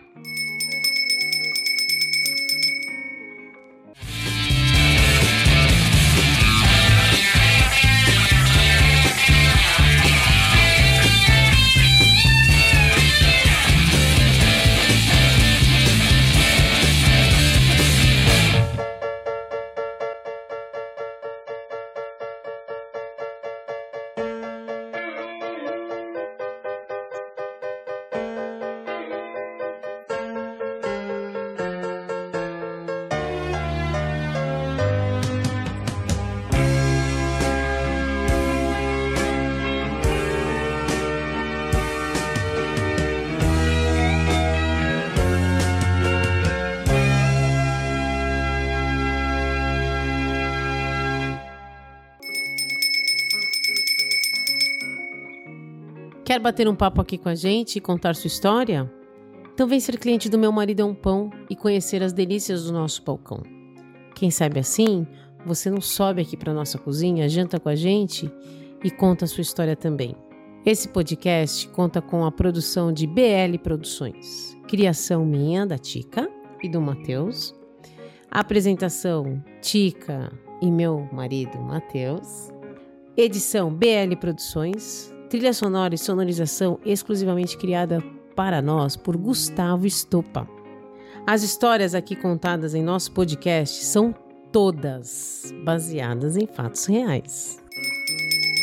Quer bater um papo aqui com a gente e contar sua história? Então vem ser cliente do Meu Maridão Pão e conhecer as delícias do nosso balcão. Quem sabe assim, você não sobe aqui para nossa cozinha, janta com a gente e conta a sua história também. Esse podcast conta com a produção de BL Produções, criação minha, da Tica e do Matheus, apresentação Tica e meu marido Matheus, edição BL Produções, trilha sonora e sonorização exclusivamente criada para nós por Gustavo Estopa. As histórias aqui contadas em nosso podcast são todas baseadas em fatos reais.